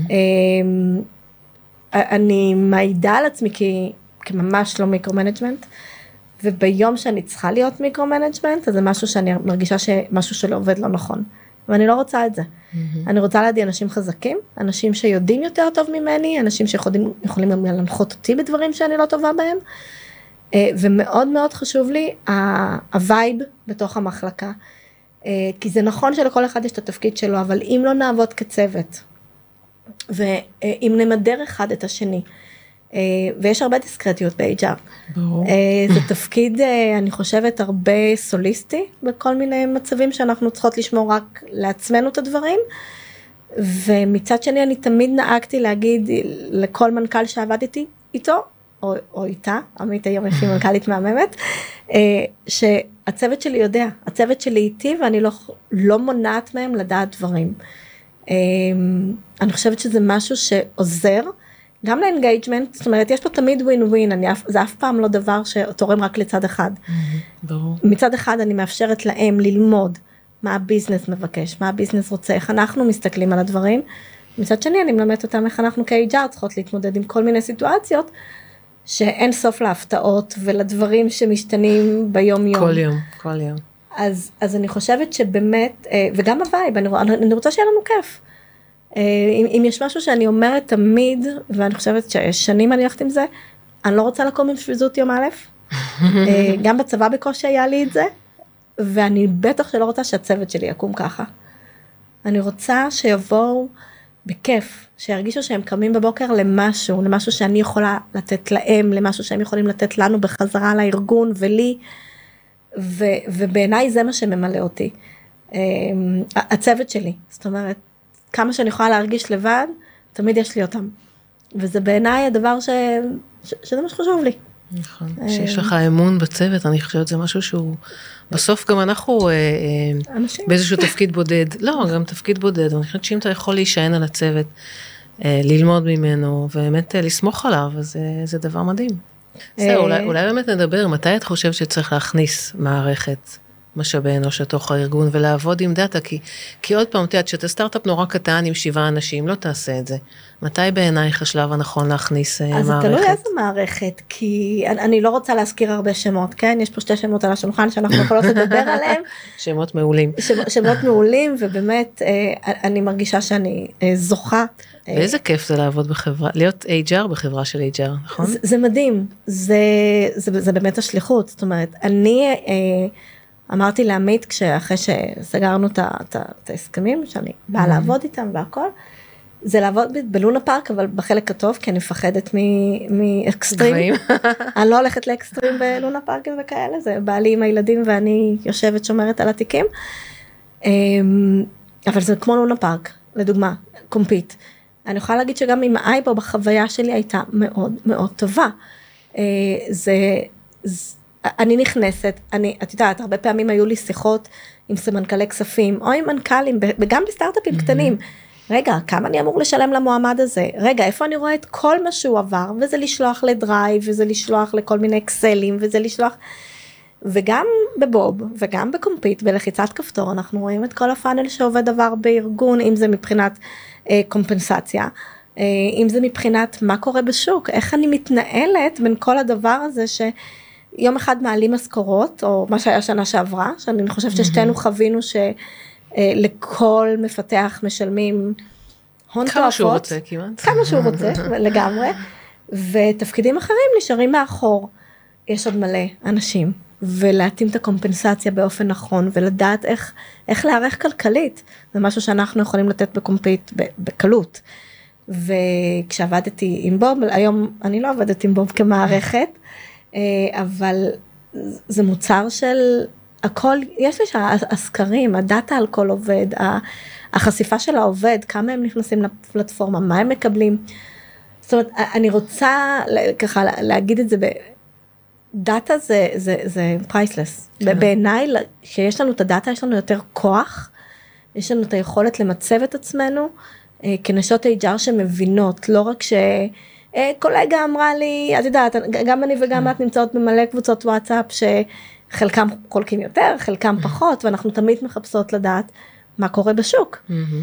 אני מעידה על עצמי כממש לא מיקרו-מנג'מנט, וביום שאני צריכה להיות מיקרו-מנג'מנט, אז זה משהו שאני מרגישה שמשהו שלא עובד לא נכון. ואני לא רוצה את זה. אני רוצה להדיא אנשים חזקים, אנשים שיודעים יותר טוב ממני, אנשים שיכולים יכולים להנחות אותי בדברים שאני לא טובה בהם, ומאוד מאוד חשוב לי הווייב בתוך המחלקה, כי זה נכון שלכל אחד יש את התפקיד שלו, אבל אם לא נעבוד כצוות, ואם נמדר אחד את השני, ויש הרבה דיסקרטיות ב-אייץ' אר. זה תפקיד, אני חושבת, הרבה סוליסטי, בכל מיני מצבים שאנחנו צריכות לשמור רק לעצמנו את הדברים, ומצד שני אני תמיד נהגתי להגיד לכל מנכ"ל שעבדתי איתו, או, או איתה, עמית היום יש לי מנכ"לית מהממת, שהצוות שלי יודע, הצוות שלי איתי, ואני לא, לא מונעת מהם לדעת דברים. אני חושבת שזה משהו שעוזר, גם לאנגייג'מנט, זאת אומרת, יש פה תמיד ווין ווין, זה אף פעם לא דבר שתורם רק לצד אחד. ברור. מצד אחד אני מאפשרת להם ללמוד מה הביזנס מבקש, מה הביזנס רוצה, איך אנחנו מסתכלים על הדברים, מצד שני אני מלמדת אותם איך אנחנו כ-אייץ' אר צריכות להתמודד עם כל מיני סיטואציות, שאין סוף להפתעות ולדברים שמשתנים ביום יום. כל יום, כל יום. אז, אז אני חושבת שבאמת, וגם הווייב, אני, אני רוצה שיהיה לנו כיף. אם, אם יש משהו שאני אומרת תמיד, ואני חושבת ששנים אני הולכת עם זה, אני לא רוצה לקום עם שביזות יום א', גם בצבא בקושי היה לי את זה, ואני בטח שלא רוצה שהצוות שלי יקום ככה. אני רוצה שיבואו בכיף, שירגישו שהם קמים בבוקר למשהו, למשהו שאני יכולה לתת להם, למשהו שהם יכולים לתת לנו בחזרה לארגון ולי, ו, ובעיניי זה מה שממלא אותי. הצוות שלי, זאת אומרת, כמה שאני יכולה להרגיש לבד, תמיד יש לי אותם. וזה בעיניי הדבר ש... ש... שזה מה שחשוב לי. נכון. שיש לך אמון בצוות, אני חושבת זה משהו שהוא, בסוף גם אנחנו אנשים. באיזשהו תפקיד בודד, לא, גם תפקיד בודד, אני חושבת שאם אתה יכול להישען על הצוות, ללמוד ממנו, ובאמת לסמוך עליו, אז זה דבר מדהים. זהו, אולי, אולי באמת נדבר, מתי את חושבת שצריך להכניס מערכת משאבי אנוש לתוך הארגון, ולעבוד עם דאטה, כי, כי עוד פעם, תראה, שאתה סטארט-אפ נורא קטן עם שבעה אנשים, לא תעשה את זה. מתי בעינייך השלב הנכון להכניס אז מערכת? אז אתה לא איזה מערכת, כי אני, אני לא רוצה להזכיר הרבה שמות, כן? יש פה שתי שמות על השולחן שאנחנו יכולות לדבר עליהם. שמות מעולים. שמות, שמות מעולים, ובאמת, אני מרגישה שאני זוכה. ואיזה כיף זה לעבוד בחברה, להיות אייץ' אר בחברה של אייץ' אר, נכון? זה, זה מדהים, זה, זה, זה באמת השליחות, זאת אומרת, אני... אמרתי לעמית, כשאחרי שסגרנו את ההסכמים, שאני באה לעבוד איתם והכל, זה לעבוד בלונה פארק, אבל בחלק הטוב, כי אני מפחדת מאקסטרים. אני לא הולכת לאקסטרים בלונה פארקים וכאלה, זה בעלי עם הילדים ואני יושבת שומרת על התיקים. אבל זה כמו לונה פארק, לדוגמה, קומפיט. אני יכולה להגיד שגם עם האייבו בחוויה שלי הייתה מאוד מאוד טובה. זה... אני נכנסת, אני, את יודעת, הרבה פעמים היו לי שיחות עם סמנכלי כספים, או עם מנכ"לים, וגם בסטארט-אפים קטנים. רגע, כמה אני אמור לשלם למועמד הזה? רגע, איפה אני רואה את כל מה שהוא עבר? וזה לשלוח לדרייב, וזה לשלוח לכל מיני אקסלים, וזה לשלוח... וגם בבוב, וגם בקומפיט, בלחיצת כפתור, אנחנו רואים את כל הפאנל שעובד דבר בארגון, אם זה מבחינת אה, קומפנסציה, אה, אם זה מבחינת מה קורה בשוק, איך אני מתנהלת בין כל הדבר הזה ש... יום אחד מעלים משכורות, או מה שהיה שנה שעברה, שאני חושבת ששתינו חווינו שלכל מפתח משלמים הון תועפות. כמה שהוא רוצה כמעט. כמה שהוא רוצה, לגמרי. ותפקידים אחרים נשארים מאחור. יש עוד מלא אנשים, ולהתאים את הקומפנסציה באופן נכון, ולדעת איך, איך להערך כלכלית. זה משהו שאנחנו יכולים לתת בקומפיט בקלות. וכשעבדתי עם בוב, היום אני לא עבדת עם בוב כמערכת, אבל זה מוצר של הכל, יש לי שהסקרים, הדאטה על כל עובד, החשיפה של העובד, כמה הם נכנסים לפלטפורמה, מה הם מקבלים. זאת אומרת, אני רוצה ככה להגיד את זה, דאטה זה, זה, זה פרייסלס. בעיניי, שיש לנו את הדאטה, יש לנו יותר כוח, יש לנו את היכולת למצב את עצמנו, כנשות אייץ' אר שמבינות, לא רק ש... קולגה אמרה לי, את יודעת, גם אני וגם את נמצאות במלא קבוצות וואטסאפ, שחלקם חולקים יותר, חלקם פחות, ואנחנו תמיד מחפשות לדעת מה קורה בשוק.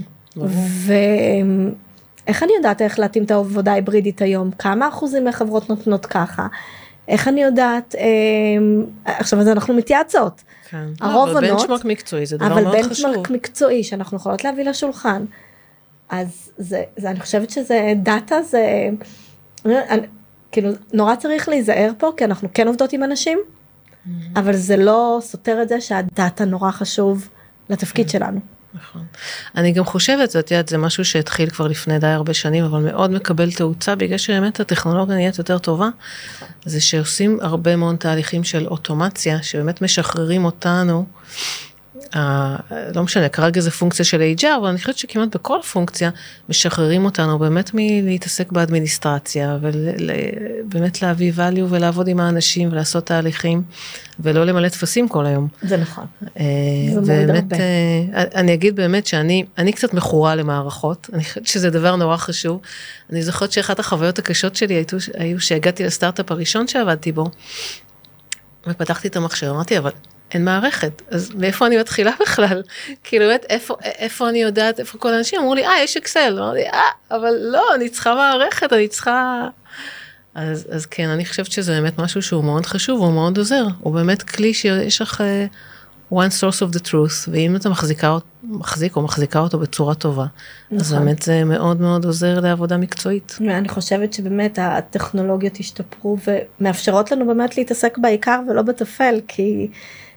ואיך אני יודעת איך להתאים את העבודה ההיברידית היום? כמה אחוזים מהחברות נותנות ככה? איך אני יודעת, עכשיו אז אנחנו מתייעצות. הרוב עונות, אבל בנצ'מרק מקצועי זה דבר מאוד חשוב. אבל בנצ'מרק מקצועי שאנחנו יכולות להביא לשולחן. אז זה, זה, אני חושבת שזה דאטה, זה, אני, כאילו, נורא צריך להיזהר פה, כי אנחנו כן עובדות עם אנשים, mm-hmm. אבל זה לא סותר את זה שהדאטה נורא חשוב לתפקיד mm-hmm. שלנו. נכון. אני גם חושבת, זאת יודעת, זה משהו שהתחיל כבר לפני די הרבה שנים, אבל מאוד מקבל תאוצה, בגלל שבאמת הטכנולוגיה נהיית יותר טובה, זה שעושים הרבה מאוד תהליכים של אוטומציה, שבאמת משחררים אותנו, לא משנה, כרגע זה פונקציה של אייץ' אר, אבל אני חושבת שכמעט בכל פונקציה משחררים אותנו באמת מלהתעסק באדמיניסטרציה, ובאמת להביא value ולעבוד עם האנשים ולעשות תהליכים, ולא למלא תפסים כל היום. זה נכון. זה מאוד הרבה. אני אגיד באמת שאני אני קצת מכורה למערכות, אני חושבת שזה דבר נורא חשוב. אני זוכרת שאחת החוויות הקשות שלי היו שהגעתי לסטארט-אפ הראשון שעבדתי בו, ופתחתי את המחשב, אמרתי, אבל אין מערכת, אז מאיפה אני מתחילה בכלל? כאילו, איפה, איפה אני יודעת, איפה כל האנשים? אמרו לי, אה, יש אקסל. אמרתי, אה, אבל לא, אני צריכה מערכת, אני צריכה... אז, אז כן, אני חושבת שזה באמת משהו שהוא מאוד חשוב, הוא מאוד עוזר. הוא באמת כלי שיש לך uh, one source of the truth, ואם אתה מחזיקה, מחזיק או מחזיקה אותו בצורה טובה, נכון. אז באמת זה מאוד מאוד עוזר לעבודה מקצועית. אני חושבת שבאמת הטכנולוגיות השתפרו, ומאפשרות לנו באמת להתעסק בעיקר ולא בטפל, כי...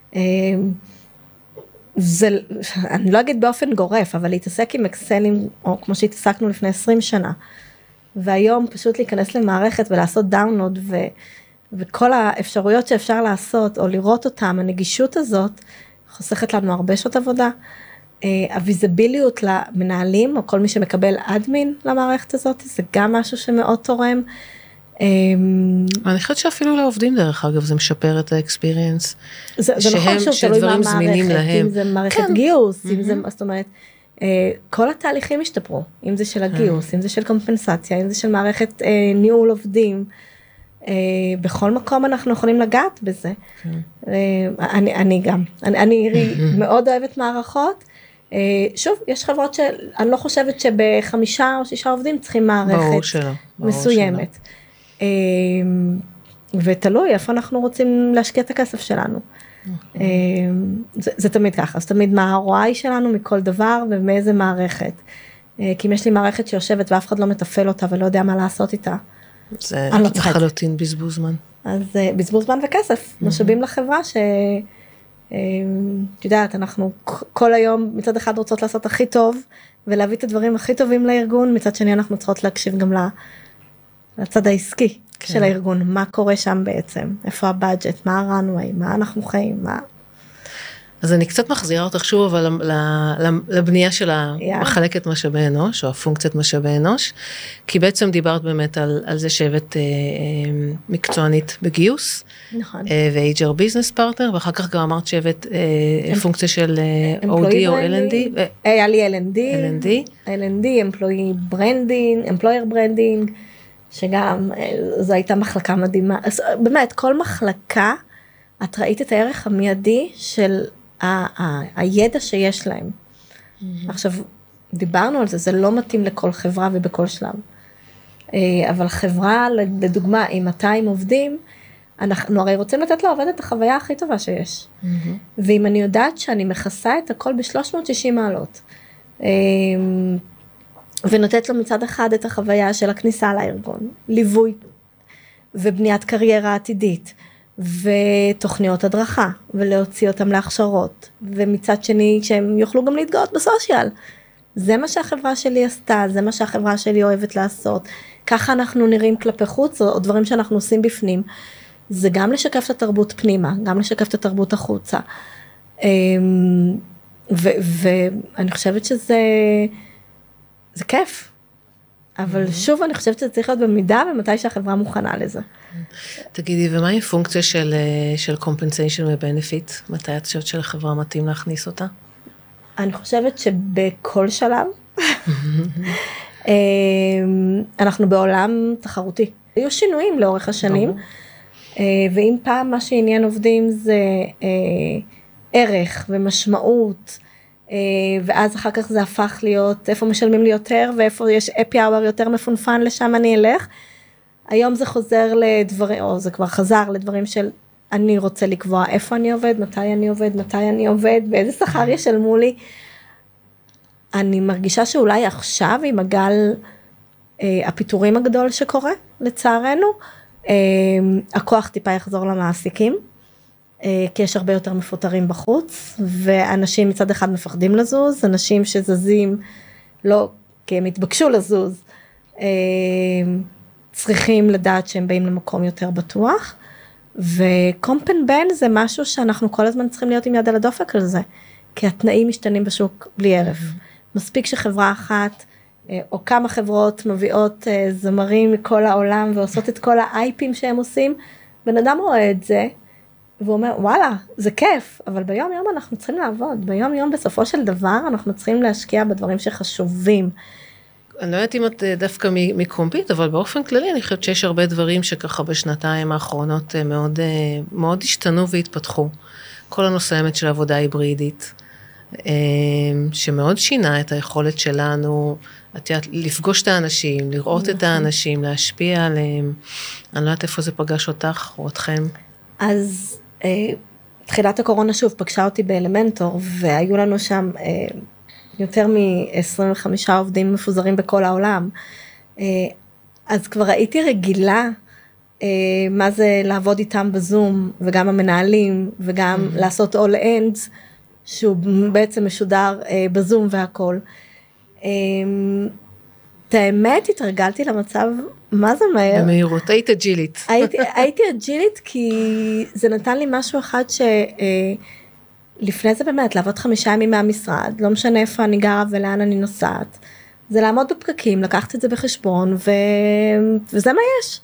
זה, אני לא אגיד באופן גורף, אבל להתעסק עם אקסלים, או כמו שהתעסקנו לפני עשרים שנה, והיום פשוט להיכנס למערכת ולעשות דאונלוד, ו, וכל האפשרויות שאפשר לעשות, או לראות אותם, הנגישות הזאת, חוסכת לנו הרבה שעות עבודה, הוויזביליות למנהלים, או כל מי שמקבל אדמין למערכת הזאת, זה גם משהו שמאוד תורם, אני חושבת שאפילו לעובדים דרך אגב, זה משפר את האקספיריאנס, זה נכון שתלוי מה מערכת, אם זה מערכת גיוס, אם זה, זאת אומרת, כל התהליכים השתפרו, אם זה של הגיוס, אם זה של קומפנסציה, אם זה של מערכת ניהול עובדים, בכל מקום אנחנו יכולים לגעת בזה. אני גם, אני מאוד אוהבת מערכות, שוב, יש חברות שאני לא חושבת שבחמישה או שישה עובדים צריכים מערכת מסוימת. ותלוי איפה אנחנו רוצים להשקיע את הכסף שלנו. זה, זה תמיד ככה, אז תמיד מה ה-אר או איי שלנו מכל דבר ומאיזה מערכת. כי אם יש לי מערכת שיושבת ואף אחד לא מטפל אותה ולא יודע מה לעשות איתה. זה לחלוטין בזבוז זמן. אז בזבוז זמן וכסף, משאבים לחברה ש... את יודעת, אנחנו כל היום מצד אחד רוצות לעשות הכי טוב, ולהביא את הדברים הכי טובים לארגון, מצד שני אנחנו צריכות להקשיב גם לצד העסקי כן. של הארגון, מה קורה שם בעצם, איפה הבאג'ט, מה הרנווי, מה אנחנו חיים, מה... אז אני קצת מחזירה אותך שוב, אבל לבנייה של המחלקת משאבי אנוש, או הפונקציית משאבי אנוש, כי בעצם דיברת באמת על, על זה שהבאת אה, מקצוענית בגיוס, נכון. אה, ו-אייץ' אר ביזנס פרטנר, ואחר כך גם אמרת שהבאת אה, פונקציה של אה, או די או אל אנד די. היה לי אל אנד די. אל אנד די. אל אנד די, אמפלואי ברנדינג, אמפלויר ברנדינג, שגם זו הייתה מחלקה מדהימה. אז באמת, כל מחלקה, את ראית את הערך המיידי של ה- ה- הידע שיש להם. Mm-hmm. עכשיו, דיברנו על זה, זה לא מתאים לכל חברה ובכל שלב. אבל חברה, לדוגמה, עם מאתיים עובדים, אנחנו הרי רוצים לתת לעובד את החוויה הכי טובה שיש. Mm-hmm. ואם אני יודעת שאני מכסה את הכל ב-שלוש מאות ושישים מעלות, ונותנת לו מצד אחד את החוויה של הכניסה לארגון, ליווי ובניית קריירה עתידית, ותוכניות הדרכה, ולהוציא אותם להכשרות, ומצד שני שהם יוכלו גם להתגאות בסושיאל. זה מה שהחברה שלי עשתה, זה מה שהחברה שלי אוהבת לעשות, ככה אנחנו נראים כלפי חוץ, או דברים שאנחנו עושים בפנים, זה גם לשקף את התרבות פנימה, גם לשקף את התרבות החוצה. ואני חושבת שזה זה כיף, אבל שוב אני חושבת שזה צריך להיות במידה, ומתי שהחברה מוכנה לזה. תגידי, ומה עם פונקציה של, של compensation ו-benefit? מתי את חושבת שלחברה מתאים להכניס אותה? אני חושבת שבכל שלב, אנחנו בעולם תחרותי. היו שינויים לאורך השנים, ואם פעם מה שעניין עובדים זה ערך ומשמעות, ואז אחר כך זה הפך להיות איפה משלמים לי יותר, ואיפה יש אפי אאואר יותר מפונפן, לשם אני אלך. היום זה חוזר לדברים, או זה כבר חזר לדברים של אני רוצה לקבוע איפה אני עובד, מתי אני עובד, מתי אני עובד, באיזה שכר ישלמו לי. אני מרגישה שאולי עכשיו עם הגל אה, הפיטורים הגדול שקורה, לצערנו, אה, הכוח טיפה יחזור למעסיקים, אה, כי יש הרבה יותר מפוטרים בחוץ, ואנשים מצד אחד מפחדים לזוז, אנשים שזזים לא, כי הם התבקשו לזוז, אה, צריכים לדעת שהם באים למקום יותר בטוח, וקומפן בן זה משהו שאנחנו כל הזמן צריכים להיות עם יד על הדופק על זה, כי התנאים משתנים בשוק בלי ערף. מספיק שחברה אחת, או כמה חברות מביאות זמרים מכל העולם, ועושות את כל האייפים שהם עושים, בן אדם רואה את זה, והוא אומר, וואלה, זה כיף, אבל ביום יום אנחנו צריכים לעבוד, ביום יום בסופו של דבר, אנחנו צריכים להשקיע בדברים שחשובים. אני לא יודעת אם את דווקא מקומפית, אבל באופן כללי אני חושבת שיש הרבה דברים שככה בשנתיים האחרונות מאוד, מאוד השתנו והתפתחו. כל הנושא האמת של עבודה היברידית, שמאוד שינה את היכולת שלנו, את יודעת, לפגוש את האנשים, לראות את האנשים, להשפיע עליהם. אני לא יודעת איפה זה פגש אותך או אתכם. אז תחילת הקורונה שוב פגשה אותי באלמנטור, והיו לנו שם יותר מ-עשרים וחמישה עובדים מפוזרים בכל העולם. אז כבר הייתי רגילה מה זה לעבוד איתם בזום, וגם המנהלים, וגם mm-hmm. לעשות all ends, שהוא בעצם משודר בזום והכל. את האמת, התרגלתי למצב, מה זה מהר? במהירות, היית אג'ילית. הייתי, הייתי אג'ילית, כי זה נתן לי משהו אחד שלפני זה באמת, לעבוד חמישה ימים מהמשרד, לא משנה איפה אני גרה ולאן אני נוסעת, זה לעמוד בפקקים, לקחת את זה בחשבון, ו... וזה מה יש.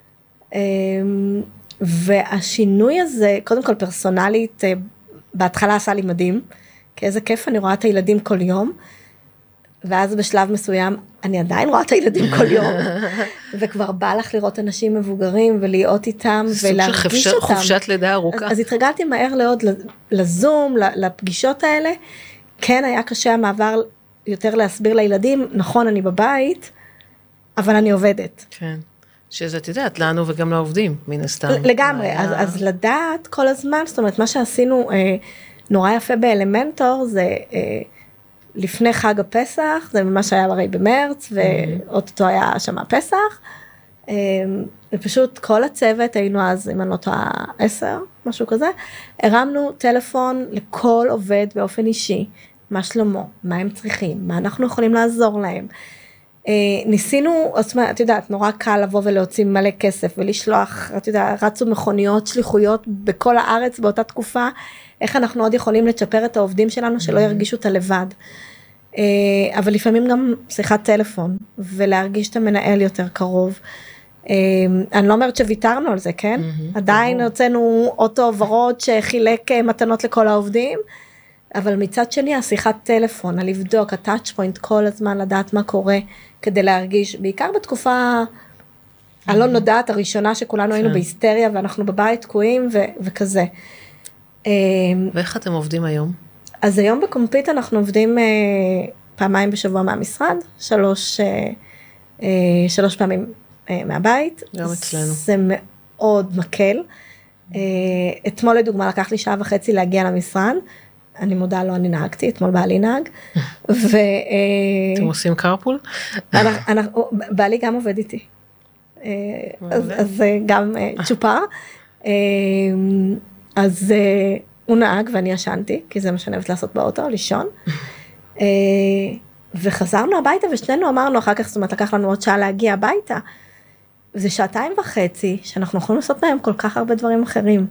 והשינוי הזה, קודם כל פרסונלית, בהתחלה עשה לי מדהים, כי איזה כיף אני רואה את הילדים כל יום, ואז בשלב מסוים, אני עדיין רואה את הילדים כל יום, וכבר בא לך לראות אנשים מבוגרים, ולהיות איתם, ולהרגיש אותם. חופשת לידה ארוכה. אז, אז התרגלתי מהר לעוד לזום, לפגישות האלה, כן היה קשה המעבר יותר להסביר לילדים, נכון אני בבית, אבל אני עובדת. כן, שזה את יודעת, לנו וגם לעובדים, מן הסתם. לגמרי, היה... אז, אז לדעת כל הזמן, זאת אומרת, מה שעשינו אה, נורא יפה באלמנטור, זה... אה, לפני חג הפסח, זה ממש היה הרי במרץ, ואותו היה שם הפסח, ופשוט כל הצוות, היינו אז, אם אני לא טועה, עשר, משהו כזה, הרמנו טלפון לכל עובד באופן אישי, מה שלמה, מה הם צריכים, מה אנחנו יכולים לעזור להם. ניסינו, את יודעת, נורא קל לבוא ולהוציא מלא כסף, ולשלוח, את יודעת, רצו מכוניות, שליחויות בכל הארץ באותה תקופה, איך אנחנו עוד יכולים לצ'פר את העובדים שלנו, שלא ירגישו את הלבד. אבל לפעמים גם שיחת טלפון, ולהרגיש את המנהל יותר קרוב. אני לא אומרת שוויתרנו על זה, כן? עדיין הוצאנו אוטו ורוד שחילק מתנות לכל העובדים, אבל מצד שני, השיחת טלפון, הלבדוק, הטאצ' פוינט כל הזמן, לדעת מה קורה, כדי להרגיש, בעיקר בתקופה הלא נודעת הראשונה, שכולנו היינו בהיסטריה, ואנחנו בבית תקועים וכזה. ואיך אתם עובדים היום? אז היום בקומפית אנחנו עובדים פעמיים בשבוע מהמשרד, שלוש, שלוש פעמים מהבית. גם אצלנו. זה מאוד מקל. אתמול לדוגמה לקח לי שעה וחצי להגיע למשרד, אני מודה לו, אני נהגתי, אתמול בעלי נהג. אתם עושים קרפול? בעלי גם עובד איתי. אז גם צ'ופר. אז הוא נהג ואני ישנתי, כי זה מה שאני אוהבת לעשות באוטו, לישון. וחזרנו הביתה ושנינו אמרנו, אחר כך זאת אומרת, לקח לנו עוד שעה להגיע הביתה. זה שעתיים וחצי, שאנחנו יכולים לעשות מהם כל כך הרבה דברים אחרים.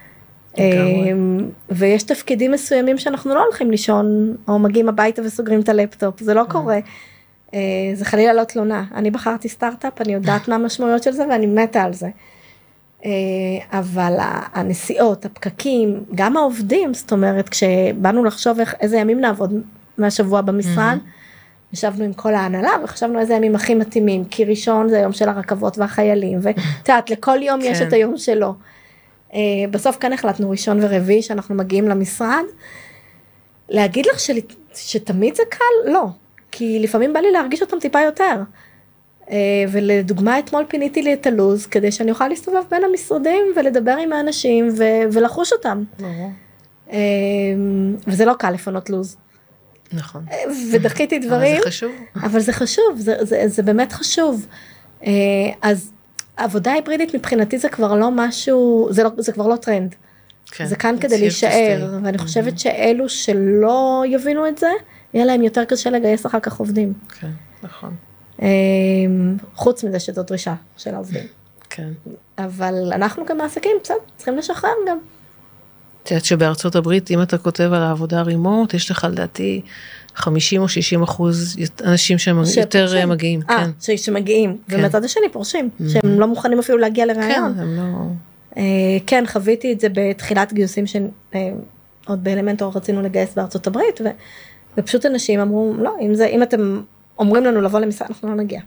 ויש תפקידים מסוימים שאנחנו לא הולכים לישון, או מגיעים הביתה וסוגרים את הלפטופ, זה לא קורה. זה חלילה לא תלונה. אני בחרתי סטארט-אפ, אני יודעת מה המשמעויות של זה, ואני מתה על זה. אבל הנסיעות, הפקקים, גם העובדים, זאת אומרת, כשבאנו לחשוב איזה ימים נעבוד מהשבוע במשרד, ישבנו עם כל ההנהלה, וחשבנו איזה ימים הכי מתאימים, כי ראשון זה היום של הרכבות והחיילים, ותעת, לכל יום יש את היום שלו. בסוף כאן החלטנו ראשון ורביעי, שאנחנו מגיעים למשרד, להגיד לך שתמיד זה קל? לא, כי לפעמים בא לי להרגיש אותם טיפה יותר. ולדוגמה, אתמול פיניתי לי את הלוז, כדי שאני אוכל להסתובב בין המשרדים, ולדבר עם האנשים, ולחוש אותם. וזה לא קל לפנות לוז. נכון. ודחיתי דברים. אבל זה חשוב. אבל זה חשוב, זה באמת חשוב. אז עבודה היברידית מבחינתי זה כבר לא משהו, זה כבר לא טרנד. זה כאן כדי להישאר, ואני חושבת שאלו שלא יבינו את זה, יהיה להם יותר קשה לגייס אחר כך עובדים. כן, נכון. חוץ מזה שזו דרישה של העובדים. כן. אבל אנחנו כמעסקים, בסדר, צריכים לשחרר גם. את יודעת שבארצות הברית, אם אתה כותב על העבודה רימוט, יש לך לדעתי חמישים או שישים אחוז אנשים שהם יותר מגיעים. אה, שמגיעים, ומהצד השני פורשים, שהם לא מוכנים אפילו להגיע לרעיון. כן, הם לא... כן, חוויתי את זה בתחילת גיוסים שעוד באלמנטור רצינו לגייס בארצות הברית, ופשוט אנשים אמרו, לא, אם אתם אומרים לנו לבוא למשרד, אנחנו לא נגיע.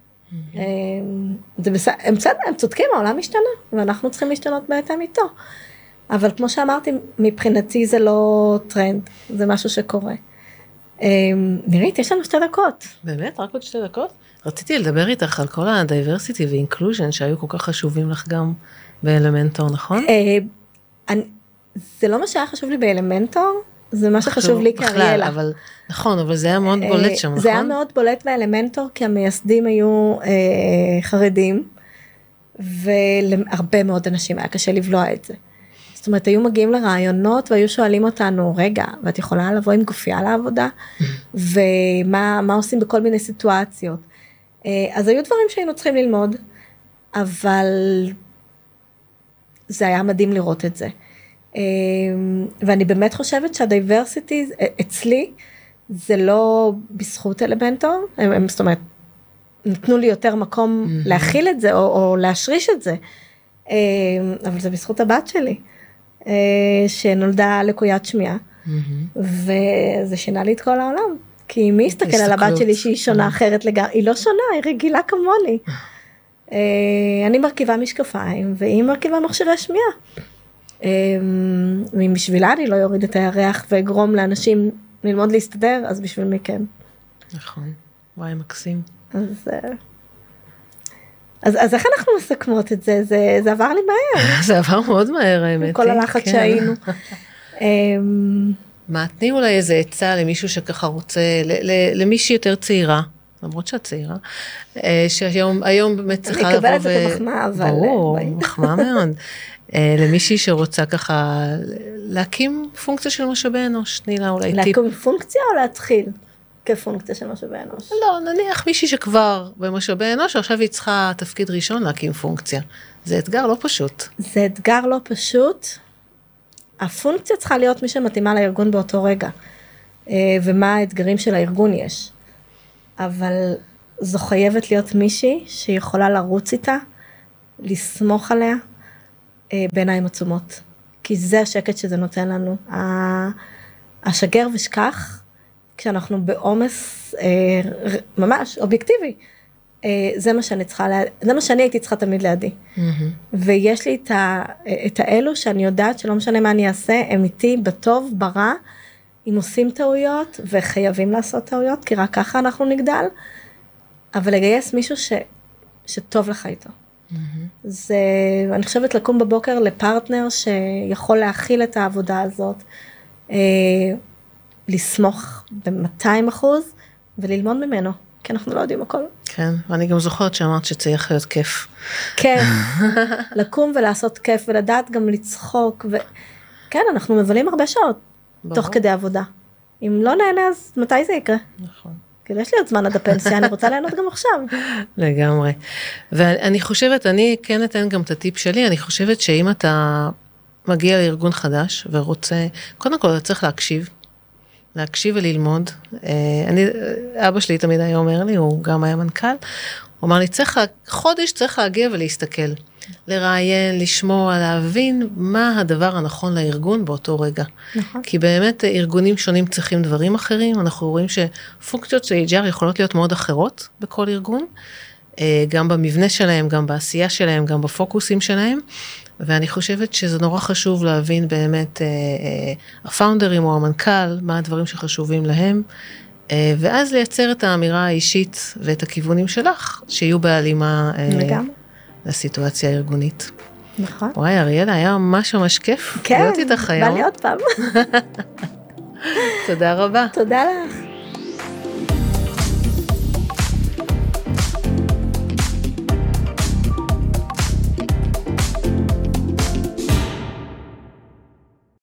זה בסדר, הם בסדר, הם צודקים, העולם משתנה, ואנחנו צריכים להשתנות בהתאם איתו. אבל כמו שאמרתי, מבחינתי זה לא טרנד, זה משהו שקורה. נירית, יש לנו שתי דקות. באמת? רק עוד שתי דקות? רציתי לדבר איתך על כל ה-diversity ו-inclusion שהיו כל כך חשובים לך גם באלמנטור, נכון? זה לא מה שהיה חשוב לי באלמנטור, זה מה שחשוב לי כאריאלה. אבל, נכון, אבל זה היה מאוד בולט שם, נכון? זה היה מאוד בולט באלמנטור, כי המייסדים היו חרדים, ולהרבה מאוד אנשים היה קשה לבלוע את זה. זאת אומרת, היו מגיעים לרעיונות, והיו שואלים אותנו, רגע, ואת יכולה לבוא עם גופייה לעבודה? ומה מה עושים בכל מיני סיטואציות? אז היו דברים שהיינו צריכים ללמוד, אבל זה היה מדהים לראות את זה. ואני באמת חושבת שהדייברסיטי אצלי, זה לא בזכות אלמנטור, הם, זאת אומרת, נתנו לי יותר מקום להכיל את זה, או, או להשריש את זה, אבל זה בזכות הבת שלי, שנולדה לקוית שמיעה, וזה שינה לי את כל העולם, כי מי יסתכל על הבת שלי שהיא שונה אחרת לגמרי, היא לא שונה, היא רגילה כמוני. אני מרכיבה משקפיים, והיא מרכיבה מכשירי שמיעה. ואם בשבילה אני לא יוריד את הירח ואגרום לאנשים ללמוד להסתדר, אז בשביל מי כן. נכון, וואי מקסים. אז, אז, אז איך אנחנו מסכמות את זה? זה, זה עבר לי מהר. זה עבר מאוד מהר, האמת. כל הלחץ כן. שהיינו. מה, תני אולי איזה עצה למישהו שככה רוצה, למישהי יותר צעירה, למרות שאת צעירה, שהיום היום באמת צריכה לבוא ו... אני אקבל את זה כמחמאה, אבל... ברור, מחמאה מאוד. למישהי שרוצה ככה להקים פונקציה של משאבי אנוש, תני לה אולי טיפ. להקים פונקציה או להתחיל כפונקציה של משאבי אנוש? לא, נניח מישהי שכבר במשאבי אנוש, עכשיו היא צריכה תפקיד ראשון להקים פונקציה. זה אתגר לא פשוט. זה אתגר לא פשוט. הפונקציה צריכה להיות מי שמתאימה לארגון באותו רגע, ומה האתגרים של הארגון יש. אבל זו חייבת להיות מישהי שיכולה לרוץ איתה, לסמוך עליה, בעיניים עצומות. כי זה השקט שזה נותן לנו. השגר ושכח, כשאנחנו בעומס ממש אובייקטיבי, זה מה שאני צריכה, זה מה שאני הייתי צריכה תמיד לידי. ויש לי את האלו שאני יודעת שלא משנה מה אני אעשה, הם איתי בטוב, ברע, אם עושים טעויות, וחייבים לעשות טעויות, כי רק ככה אנחנו נגדל, אבל לגייס מישהו ש, שטוב לך איתו. זה, אני חושבת לקום בבוקר לפרטנר שיכול להכיל את העבודה הזאת, לסמוך ב-מאתיים אחוז, וללמוד ממנו. כי אנחנו לא יודעים הכל. כן, ואני גם זוכרת שאמרת שצריך להיות כיף. כיף, לקום ולעשות כיף, ולדעת גם לצחוק, וכן, אנחנו מבלים הרבה שעות, תוך כדי עבודה. אם לא נהנה, אז מתי זה יקרה? נכון. כי יש לי עוד זמן עד הפנסיה, אני רוצה ליהנות גם עכשיו. לגמרי. ואני חושבת, אני כן אתן גם את הטיפ שלי, אני חושבת שאם אתה מגיע לארגון חדש, ורוצה, קודם כל אתה צריך להקשיב, להקשיב וללמוד. אני, אבא שלי תמיד היה אומר לי, הוא גם היה מנכ"ל, הוא אמר לי, צריך, חודש צריך להגיע ולהסתכל, לראיין, לשמוע, להבין מה הדבר הנכון לארגון באותו רגע. נכון. כי באמת ארגונים שונים צריכים דברים אחרים, אנחנו רואים שפונקציות של אייץ' אר יכולות להיות מאוד אחרות בכל ארגון, גם במבנה שלהם, גם בעשייה שלהם, גם בפוקוסים שלהם, ואני חושבת שזה נורא חשוב להבין באמת, הפאונדרים או המנכ"ל, מה הדברים שחשובים להם, ואז לייצר את האמירה האישית ואת הכיוונים שלך, שיהיו בהלימה לסיטואציה הארגונית. נכון. וואי, אריאלה, היה ממש ממש כיף. כן, בא לי עוד פעם. תודה רבה. תודה לך.